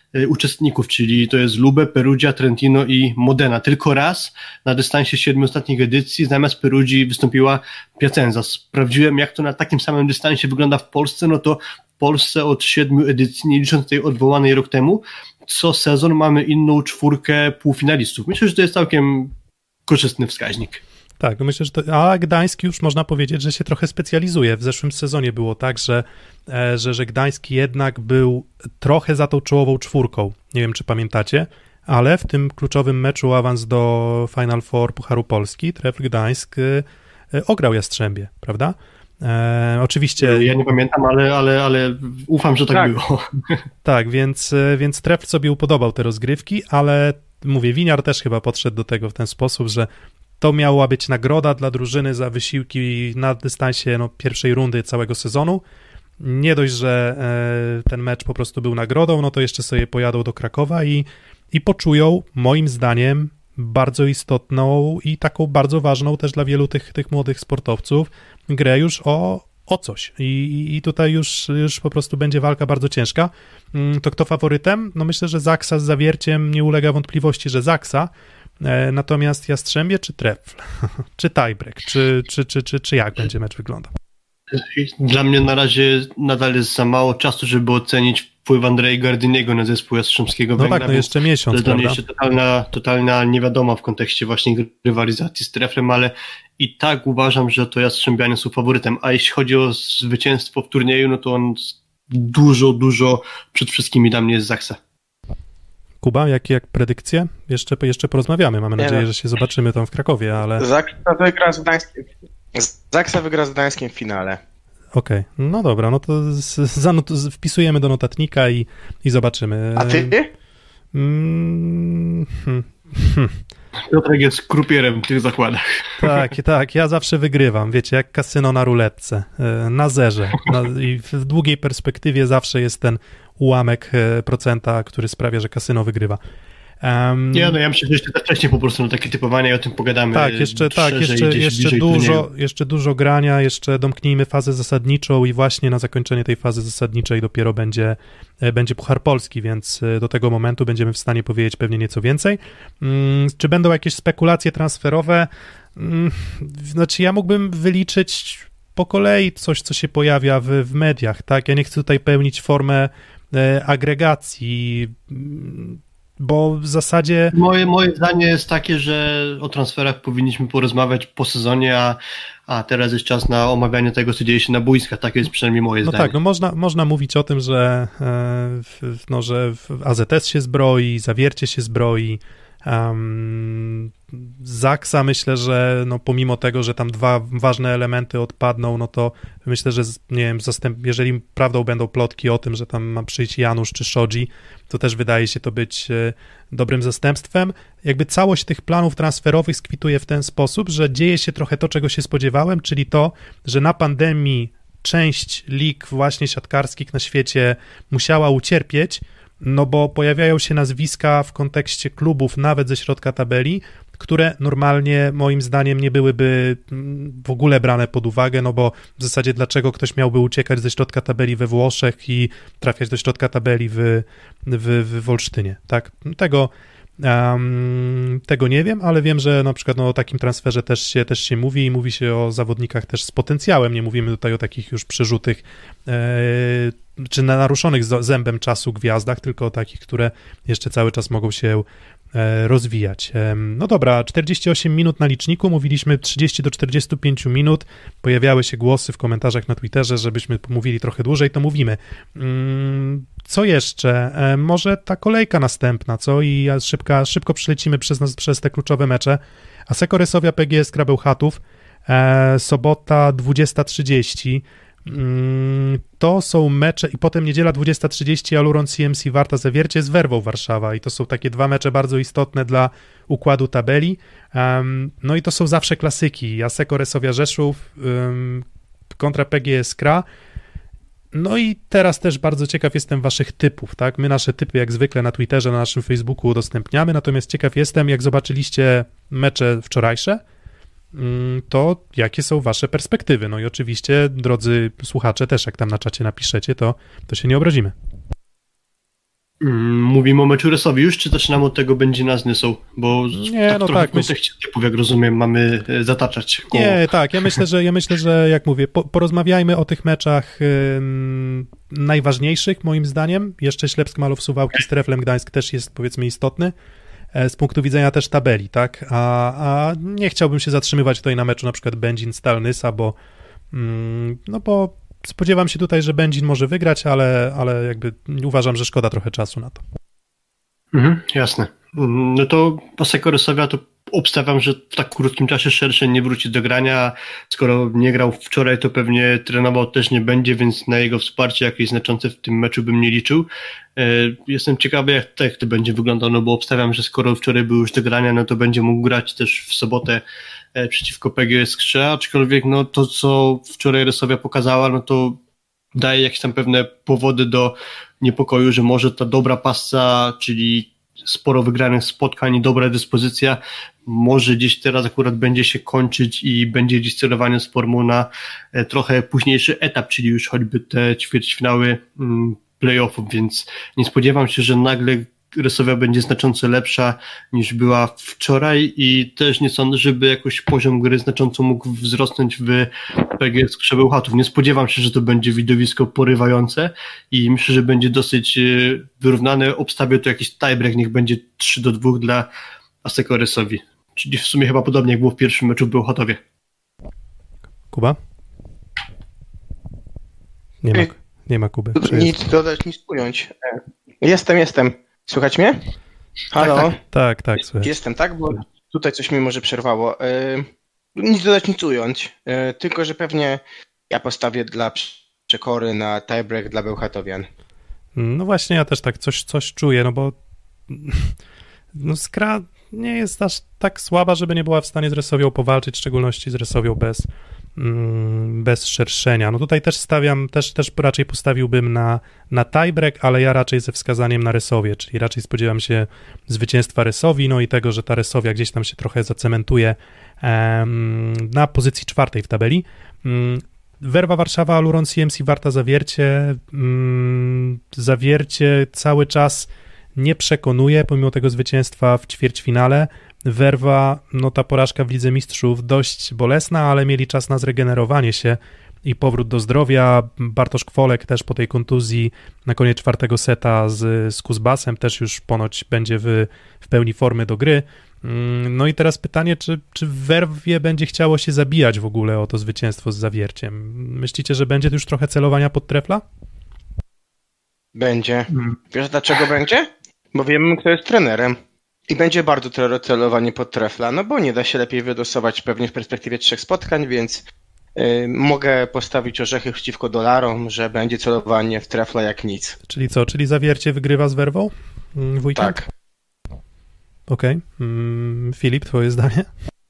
y, uczestników, czyli to jest Lube, Perugia, Trentino i Modena. Tylko raz na dystansie siedmiu ostatnich edycji zamiast Perugii wystąpiła Piacenza. Sprawdziłem, jak to na takim samym dystansie wygląda w Polsce, no to w Polsce od siedmiu edycji, nie licząc tej odwołanej rok temu, co sezon mamy inną czwórkę półfinalistów. Myślę, że to jest całkiem korzystny wskaźnik. Tak, no myślę, że to, a Gdańsk już można powiedzieć, że się trochę specjalizuje. W zeszłym sezonie było tak, że, że, że Gdańsk jednak był trochę za tą czołową czwórką. Nie wiem, czy pamiętacie, ale w tym kluczowym meczu awans do Final Four Pucharu Polski Trefl Gdańsk ograł Jastrzębie, prawda? E, oczywiście... Ja nie pamiętam, ale, ale, ale ufam, że tak, tak. było. Tak, więc, więc Trefl sobie upodobał te rozgrywki, ale mówię, Winiar też chyba podszedł do tego w ten sposób, że to miała być nagroda dla drużyny za wysiłki na dystansie no, pierwszej rundy całego sezonu. Nie dość, że e, ten mecz po prostu był nagrodą, no to jeszcze sobie pojadą do Krakowa i, i poczują, moim zdaniem, bardzo istotną i taką bardzo ważną też dla wielu tych, tych młodych sportowców grę już o, o coś. I, i tutaj już, już po prostu będzie walka bardzo ciężka. To kto faworytem? No myślę, że Zaksa z Zawierciem, nie ulega wątpliwości, że Zaksa. Natomiast Jastrzębie czy Trefl? Czy tiebreak? Czy, czy, czy, czy, czy jak będzie mecz wyglądał? Dla mnie na razie nadal jest za mało czasu, żeby ocenić wpływ Andrei Gardiniego na zespół Jastrzębskiego No Węgla. tak, no jeszcze miesiąc, to prawda? To jeszcze totalna, totalna niewiadoma w kontekście właśnie rywalizacji z Treflem, ale i tak uważam, że to Jastrzębianie są faworytem, a jeśli chodzi o zwycięstwo w turnieju, no to on dużo, dużo przed wszystkimi dla mnie jest Zaksa. Kuba, jak, jak predykcje? Jeszcze, jeszcze porozmawiamy. Mamy nadzieję, że się zobaczymy tam w Krakowie, ale... Zaksa wygra z Gdańskiem, Zaksa wygra z Gdańskiem w finale. Okej, okay. No dobra, no to z, zanot- wpisujemy do notatnika i, i zobaczymy. A ty? Mm, hmm, hmm. Piotrek jest krupierem w tych zakładach. Tak, tak, ja zawsze wygrywam, wiecie, jak kasyno na ruletce, na zerze. Na, i w długiej perspektywie zawsze jest ten ułamek procenta, który sprawia, że kasyno wygrywa. Um, nie, no ja myślę, że jeszcze za wcześnie po prostu na takie typowanie i o tym pogadamy. Tak, jeszcze, tak, jeszcze, jeszcze, dużo, jeszcze dużo grania, jeszcze domknijmy fazę zasadniczą i właśnie na zakończenie tej fazy zasadniczej dopiero będzie, będzie Puchar Polski, więc do tego momentu będziemy w stanie powiedzieć pewnie nieco więcej. Um, czy będą jakieś spekulacje transferowe? Um, znaczy ja mógłbym wyliczyć po kolei coś, co się pojawia w, w mediach, tak? Ja nie chcę tutaj pełnić formę e, agregacji, bo w zasadzie... Moje, moje zdanie jest takie, że o transferach powinniśmy porozmawiać po sezonie, a, a teraz jest czas na omawianie tego, co dzieje się na boiskach. Takie jest przynajmniej moje no zdanie. Tak, no można, można mówić o tym, że, no, że A Z S się zbroi, Zawiercie się zbroi, um, Zaksa myślę, że no pomimo tego, że tam dwa ważne elementy odpadną, no to myślę, że nie wiem, zastęp, jeżeli prawdą będą plotki o tym, że tam ma przyjść Janusz czy Shoji, to też wydaje się to być e, dobrym zastępstwem. Jakby całość tych planów transferowych skwituje w ten sposób, że dzieje się trochę to, czego się spodziewałem, czyli to, że na pandemii część lig właśnie siatkarskich na świecie musiała ucierpieć, no bo pojawiają się nazwiska w kontekście klubów, nawet ze środka tabeli, które normalnie moim zdaniem nie byłyby w ogóle brane pod uwagę, no bo w zasadzie dlaczego ktoś miałby uciekać ze środka tabeli we Włoszech i trafiać do środka tabeli w, w, w Olsztynie, tak? Tego, um, tego nie wiem, ale wiem, że na przykład no, o takim transferze też się, też się mówi i mówi się o zawodnikach też z potencjałem, nie mówimy tutaj o takich już przerzutych e, czy na naruszonych zębem czasu gwiazdach, tylko o takich, które jeszcze cały czas mogą się rozwijać. No dobra, czterdzieści osiem minut na liczniku, mówiliśmy trzydzieści do czterdziestu pięciu minut, pojawiały się głosy w komentarzach na Twitterze, żebyśmy mówili trochę dłużej, to mówimy. Co jeszcze? Może ta kolejka następna, co? I szybko, szybko przelecimy przez, nas, przez te kluczowe mecze. Asseco Resovia P G S Krabbeł Chatów, sobota dwudziesta trzydzieści. To są mecze i potem niedziela dwudziesta trzydzieści Aluron C M C Warta Zawiercie z Werwą Warszawa i to są takie dwa mecze bardzo istotne dla układu tabeli. Um, no i to są zawsze klasyki. Asseco Resovia Rzeszów um, kontra P G S Kra. No i teraz też bardzo ciekaw jestem waszych typów, tak? My nasze typy jak zwykle na Twitterze, na naszym Facebooku udostępniamy, natomiast ciekaw jestem, jak zobaczyliście mecze wczorajsze, to jakie są wasze perspektywy. No i oczywiście, drodzy słuchacze, też jak tam na czacie napiszecie, to, to się nie obrazimy. Mm, Mówimy o meczu Resowi już, czy zaczynamy od tego będzie nas Nysą? Bo Nie, tak no trochę tak, w kontekście typów, jak rozumiem, mamy e, zataczać koło. Nie, tak, ja myślę, że ja myślę, że jak mówię, po, porozmawiajmy o tych meczach ym, najważniejszych moim zdaniem. Jeszcze Ślepsk Małów Suwałki z Treflem Gdańsk też jest powiedzmy istotny e, z punktu widzenia też tabeli, tak? A, a nie chciałbym się zatrzymywać tutaj na meczu na przykład Będzin Stal Nysa, bo mm, no bo spodziewam się tutaj, że Będzin może wygrać, ale, ale jakby uważam, że szkoda trochę czasu na to. Mhm, jasne. Mm, No to Asseco Resovia to obstawiam, że w tak krótkim czasie Szerszeń nie wróci do grania. Skoro nie grał wczoraj, to pewnie trenował też nie będzie, więc na jego wsparcie jakieś znaczące w tym meczu bym nie liczył. E, Jestem ciekawy, jak, jak to będzie wyglądało, no bo obstawiam, że skoro wczoraj był już do grania, no to będzie mógł grać też w sobotę e, przeciwko P G S Krze, aczkolwiek no to, co wczoraj Resovia pokazała, no to daje jakieś tam pewne powody do niepokoju, że może ta dobra pasca, czyli sporo wygranych spotkań i dobra dyspozycja może gdzieś teraz akurat będzie się kończyć i będzie gdzieś celowanie z formą na e, trochę późniejszy etap, czyli już choćby te ćwierćfinały mm, playoffów, więc nie spodziewam się, że nagle Resovia będzie znacząco lepsza niż była wczoraj i też nie sądzę, żeby jakoś poziom gry znacząco mógł wzrosnąć w P G S Krze Bełchatów. Nie spodziewam się, że to będzie widowisko porywające i myślę, że będzie dosyć wyrównane. Obstawię to jakiś tiebreak, niech będzie trzy do dwóch dla Asseco Resowi. Czyli w sumie chyba podobnie jak było w pierwszym meczu w Bełchatowie. Kuba? Nie ma, nie ma Kuby. Czy Nic jest? dodać, nic ująć. E, Jestem, jestem. Słychać mnie? Halo? Tak, Tak, tak, słuchaj. Jestem, tak? Bo tutaj coś mi może przerwało. E, Nic dodać, nic ująć. E, Tylko, że pewnie ja postawię dla Przekory na tiebreak dla Bełchatowian. No właśnie, ja też tak coś, coś czuję, no bo no Skra nie jest aż tak słaba, żeby nie była w stanie z Resowią powalczyć, w szczególności z Resowią bez, mm, bez szerszenia. No tutaj też stawiam, też, też raczej postawiłbym na, na tiebreak, ale ja raczej ze wskazaniem na Resowię, czyli raczej spodziewam się zwycięstwa Resowi, no i tego, że ta Resowia gdzieś tam się trochę zacementuje em, na pozycji czwartej w tabeli. Mm, Werwa Warszawa, Aluron C M C, Warta Zawiercie. Mm, Zawiercie cały czas nie przekonuje, pomimo tego zwycięstwa w ćwierćfinale. Werwa, no ta porażka w Lidze Mistrzów dość bolesna, ale mieli czas na zregenerowanie się i powrót do zdrowia. Bartosz Kwolek też po tej kontuzji na koniec czwartego seta z, z Kuzbasem też już ponoć będzie w, w pełni formy do gry. No i teraz pytanie, czy, czy w Werwie będzie chciało się zabijać w ogóle o to zwycięstwo z Zawierciem? Myślicie, że będzie to już trochę celowania pod Trefla? Będzie. Wiesz dlaczego będzie? Bo wiemy, kto jest trenerem. I będzie bardzo tro- celowanie pod Trefla, no bo nie da się lepiej wylosować pewnie w perspektywie trzech spotkań, więc yy, mogę postawić orzechy przeciwko dolarom, że będzie celowanie w Trefla jak nic. Czyli co, czyli Zawiercie wygrywa z Werwą w weekend? Tak. Okej. Okay. Mm, Filip, twoje zdanie?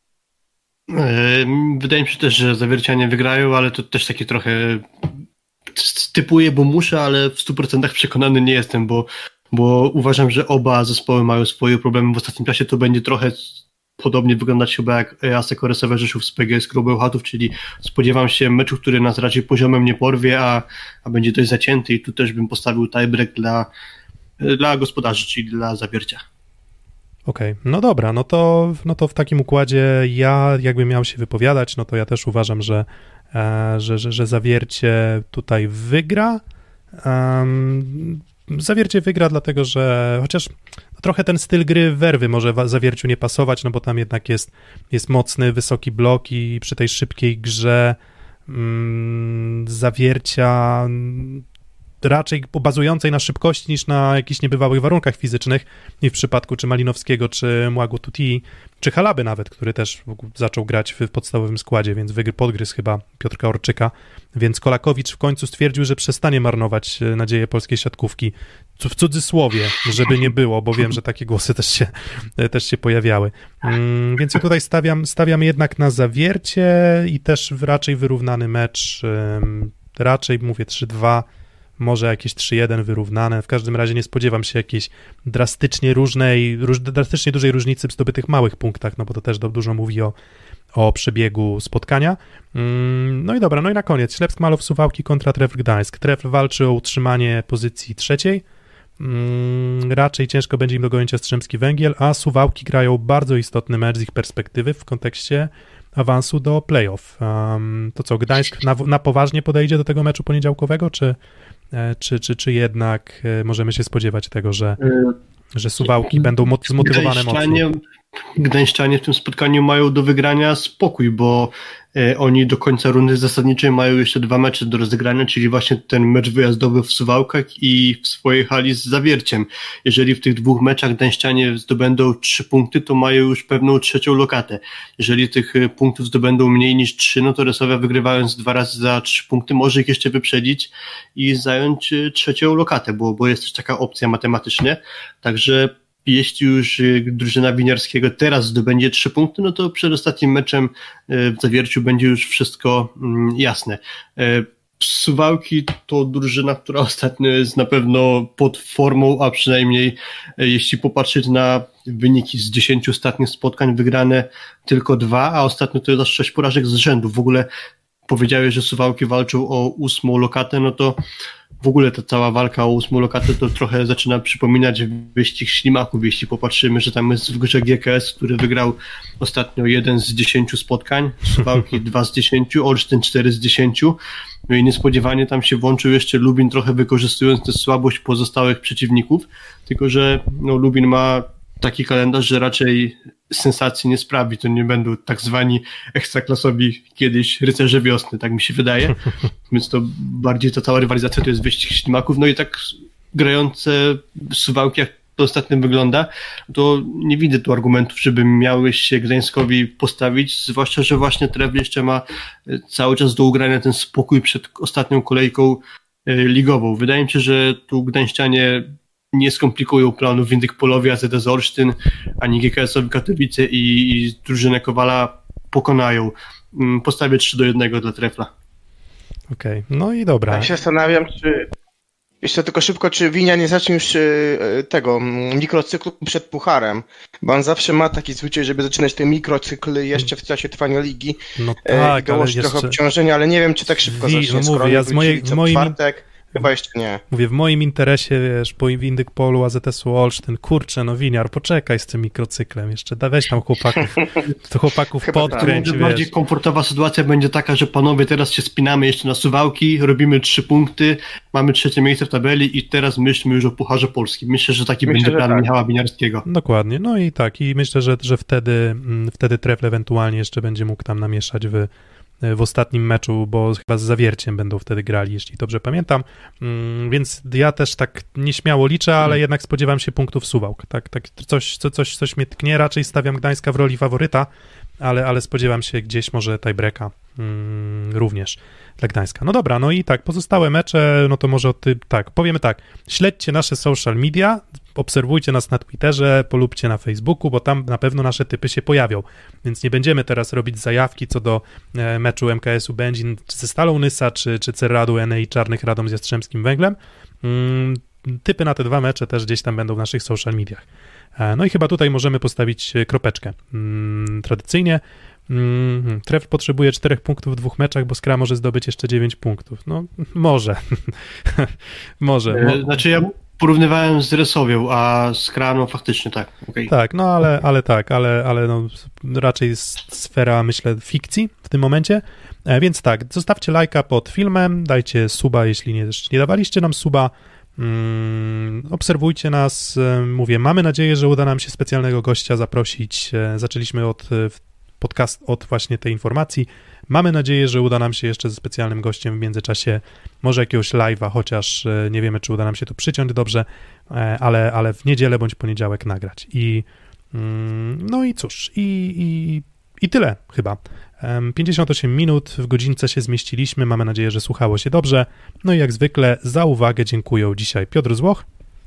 Wydaje mi się też, że Zawiercianie wygrają, ale to też takie trochę typuję, bo muszę, ale w stu procentach przekonany nie jestem, bo, bo uważam, że oba zespoły mają swoje problemy w ostatnim czasie. To będzie trochę podobnie wyglądać chyba jak Asseco Resovia Rzeszów z P G S Bełchatów, czyli spodziewam się meczu, który nas raczej poziomem nie porwie, a, a będzie dość zacięty i tu też bym postawił tiebreak dla, dla gospodarzy, czyli dla Zawiercia. Okej, okay. No dobra, no to, no to w takim układzie ja jakbym miał się wypowiadać, no to ja też uważam, że, e, że, że, że Zawiercie tutaj wygra. Um, Zawiercie wygra dlatego, że chociaż trochę ten styl gry Werwy może Zawierciu nie pasować, no bo tam jednak jest, jest mocny, wysoki blok i przy tej szybkiej grze um, Zawiercia raczej bazującej na szybkości niż na jakichś niebywałych warunkach fizycznych i w przypadku czy Malinowskiego, czy Młagu Tuti, czy Halaby nawet, który też zaczął grać w podstawowym składzie, więc podgryzł chyba Piotrka Orczyka, więc Kolakowicz w końcu stwierdził, że przestanie marnować nadzieję polskiej siatkówki, w cudzysłowie, żeby nie było, bo wiem, że takie głosy też się, też się pojawiały. Więc ja tutaj stawiam, stawiam jednak na Zawiercie i też raczej wyrównany mecz, raczej mówię trzy dwa, może jakieś trzy jeden wyrównane. W każdym razie nie spodziewam się jakiejś drastycznie różnej, róż, drastycznie dużej różnicy w zdobytych małych punktach, no bo to też dużo mówi o, o przebiegu spotkania. No i dobra, no i na koniec. Ślepsk Małów Suwałki kontra Trefl Gdańsk. Trefl walczy o utrzymanie pozycji trzeciej mm, raczej ciężko będzie im dogonić Jastrzębski Węgiel, a Suwałki grają bardzo istotny mecz z ich perspektywy w kontekście awansu do playoff. Um, to co, Gdańsk na, na poważnie podejdzie do tego meczu poniedziałkowego, czy, czy, czy, czy jednak możemy się spodziewać tego, że, że Suwałki będą mo- zmotywowane mocno? Gdańszczanie w tym spotkaniu mają do wygrania spokój, bo e, oni do końca rundy zasadniczej mają jeszcze dwa mecze do rozegrania, czyli właśnie ten mecz wyjazdowy w Suwałkach i w swojej hali z Zawierciem. Jeżeli w tych dwóch meczach Gdańszczanie zdobędą trzy punkty, to mają już pewną trzecią lokatę. Jeżeli tych punktów zdobędą mniej niż trzy, no to Resowia, wygrywając dwa razy za trzy punkty, może ich jeszcze wyprzedzić i zająć trzecią lokatę, bo, bo jest też taka opcja matematycznie. Także jeśli już drużyna Winiarskiego teraz zdobędzie trzy punkty, no to przed ostatnim meczem w Zawierciu będzie już wszystko jasne. Suwałki to drużyna, która ostatnio jest na pewno pod formą, a przynajmniej jeśli popatrzeć na wyniki z dziesięciu ostatnich spotkań, wygrane tylko dwa, a ostatnio to jest aż sześć porażek z rzędu. W ogóle powiedziałeś, że Suwałki walczą o ósmą lokatę, no to w ogóle ta cała walka o ósmą lokatę to trochę zaczyna przypominać wyścig ślimaków, jeśli popatrzymy, że tam jest w grze G K S, który wygrał ostatnio jeden z dziesięciu spotkań, Suwałki dwa z dziesięciu, Olsztyn cztery z dziesięciu, no i niespodziewanie tam się włączył jeszcze Lubin, trochę wykorzystując tę słabość pozostałych przeciwników, tylko że no, Lubin ma taki kalendarz, że raczej sensacji nie sprawi, to nie będą tak zwani ekstraklasowi kiedyś rycerze wiosny, tak mi się wydaje, więc to bardziej ta cała rywalizacja to jest wyścig ślimaków, no i tak grające Suwałki, jak to ostatnio wygląda, to nie widzę tu argumentów, żeby miały się Gdańskowi postawić, zwłaszcza, że właśnie Tref jeszcze ma cały czas do ugrania ten spokój przed ostatnią kolejką ligową. Wydaje mi się, że tu Gdańszczanie nie skomplikują planu Windyk Polowie, A Z S Olsztyn, ani G K S-owi Katowice i, i drużynę Kowala pokonają. Postawię trzy do jednego dla Trefla. Okej, okay. No i dobra. Ja się zastanawiam, czy jeszcze tylko szybko, czy Winia nie zacznie już tego mikrocyklu przed pucharem, bo on zawsze ma taki zwyczaj, żeby zaczynać te mikrocykly jeszcze w czasie trwania ligi. No tak, i dołożyć trochę jeszcze obciążenia, ale nie wiem, czy tak szybko Wi, zacznie. No mówię, ja z mojej, w moim... czwartek. Chyba jeszcze nie. Mówię, w moim interesie, wiesz, po Windyk Polu, A Z S-u Olsztyn, kurczę, no Winiar, poczekaj z tym mikrocyklem jeszcze, da weź tam chłopaków, to chłopaków podkręć, tak. Bardziej wiesz. Komfortowa sytuacja będzie taka, że panowie, teraz się spinamy jeszcze na Suwałki, robimy trzy punkty, mamy trzecie miejsce w tabeli i teraz myślmy już o Pucharze Polskim. Myślę, że taki myślę, będzie plan tak. Michała Winiarskiego. Dokładnie, no i tak, i myślę, że, że wtedy, wtedy Trefl ewentualnie jeszcze będzie mógł tam namieszać w w ostatnim meczu, bo chyba z Zawierciem będą wtedy grali, jeśli dobrze pamiętam, więc ja też tak nieśmiało liczę, ale hmm. jednak spodziewam się punktów Suwałk, tak, tak coś, co, coś, coś mnie tknie, raczej stawiam Gdańska w roli faworyta, ale, ale spodziewam się gdzieś może tiebreaka mm, również dla Gdańska. No dobra, no i tak, pozostałe mecze, no to może od ty, tak, powiemy tak, śledźcie nasze social media, obserwujcie nas na Twitterze, polubcie na Facebooku, bo tam na pewno nasze typy się pojawią, więc nie będziemy teraz robić zajawki co do e, meczu M K S-u Będzin ze Stalą Nysa, czy, czy Cerradu N A i Czarnych Radom z Jastrzębskim Węglem. Mm, typy na te dwa mecze też gdzieś tam będą w naszych social mediach. E, no i chyba tutaj możemy postawić kropeczkę. Mm, tradycyjnie Mm, Tref potrzebuje czterech punktów w dwóch meczach, bo Skra może zdobyć jeszcze dziewięć punktów. No, może. może. E, znaczy ja porównywałem z Resowią, a Skra, no faktycznie tak. Okay. Tak, no ale, ale tak, ale, ale no, raczej sfera, myślę, fikcji w tym momencie. E, więc tak, zostawcie lajka pod filmem, dajcie suba, jeśli nie, nie dawaliście nam suba. Mm, obserwujcie nas. E, mówię, mamy nadzieję, że uda nam się specjalnego gościa zaprosić. E, zaczęliśmy od podcast od właśnie tej informacji. Mamy nadzieję, że uda nam się jeszcze ze specjalnym gościem w międzyczasie może jakiegoś live'a, chociaż nie wiemy, czy uda nam się to przyciąć dobrze, ale, ale w niedzielę bądź poniedziałek nagrać. I no i cóż, i, i, i tyle chyba. pięćdziesiąt osiem minut, w godzince się zmieściliśmy, mamy nadzieję, że słuchało się dobrze. No i jak zwykle za uwagę dziękuję dzisiaj Piotr Złoch.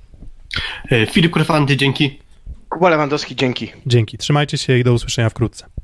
Filip Krefanty, dzięki. Kuba Lewandowski, dzięki. Dzięki, trzymajcie się i do usłyszenia wkrótce.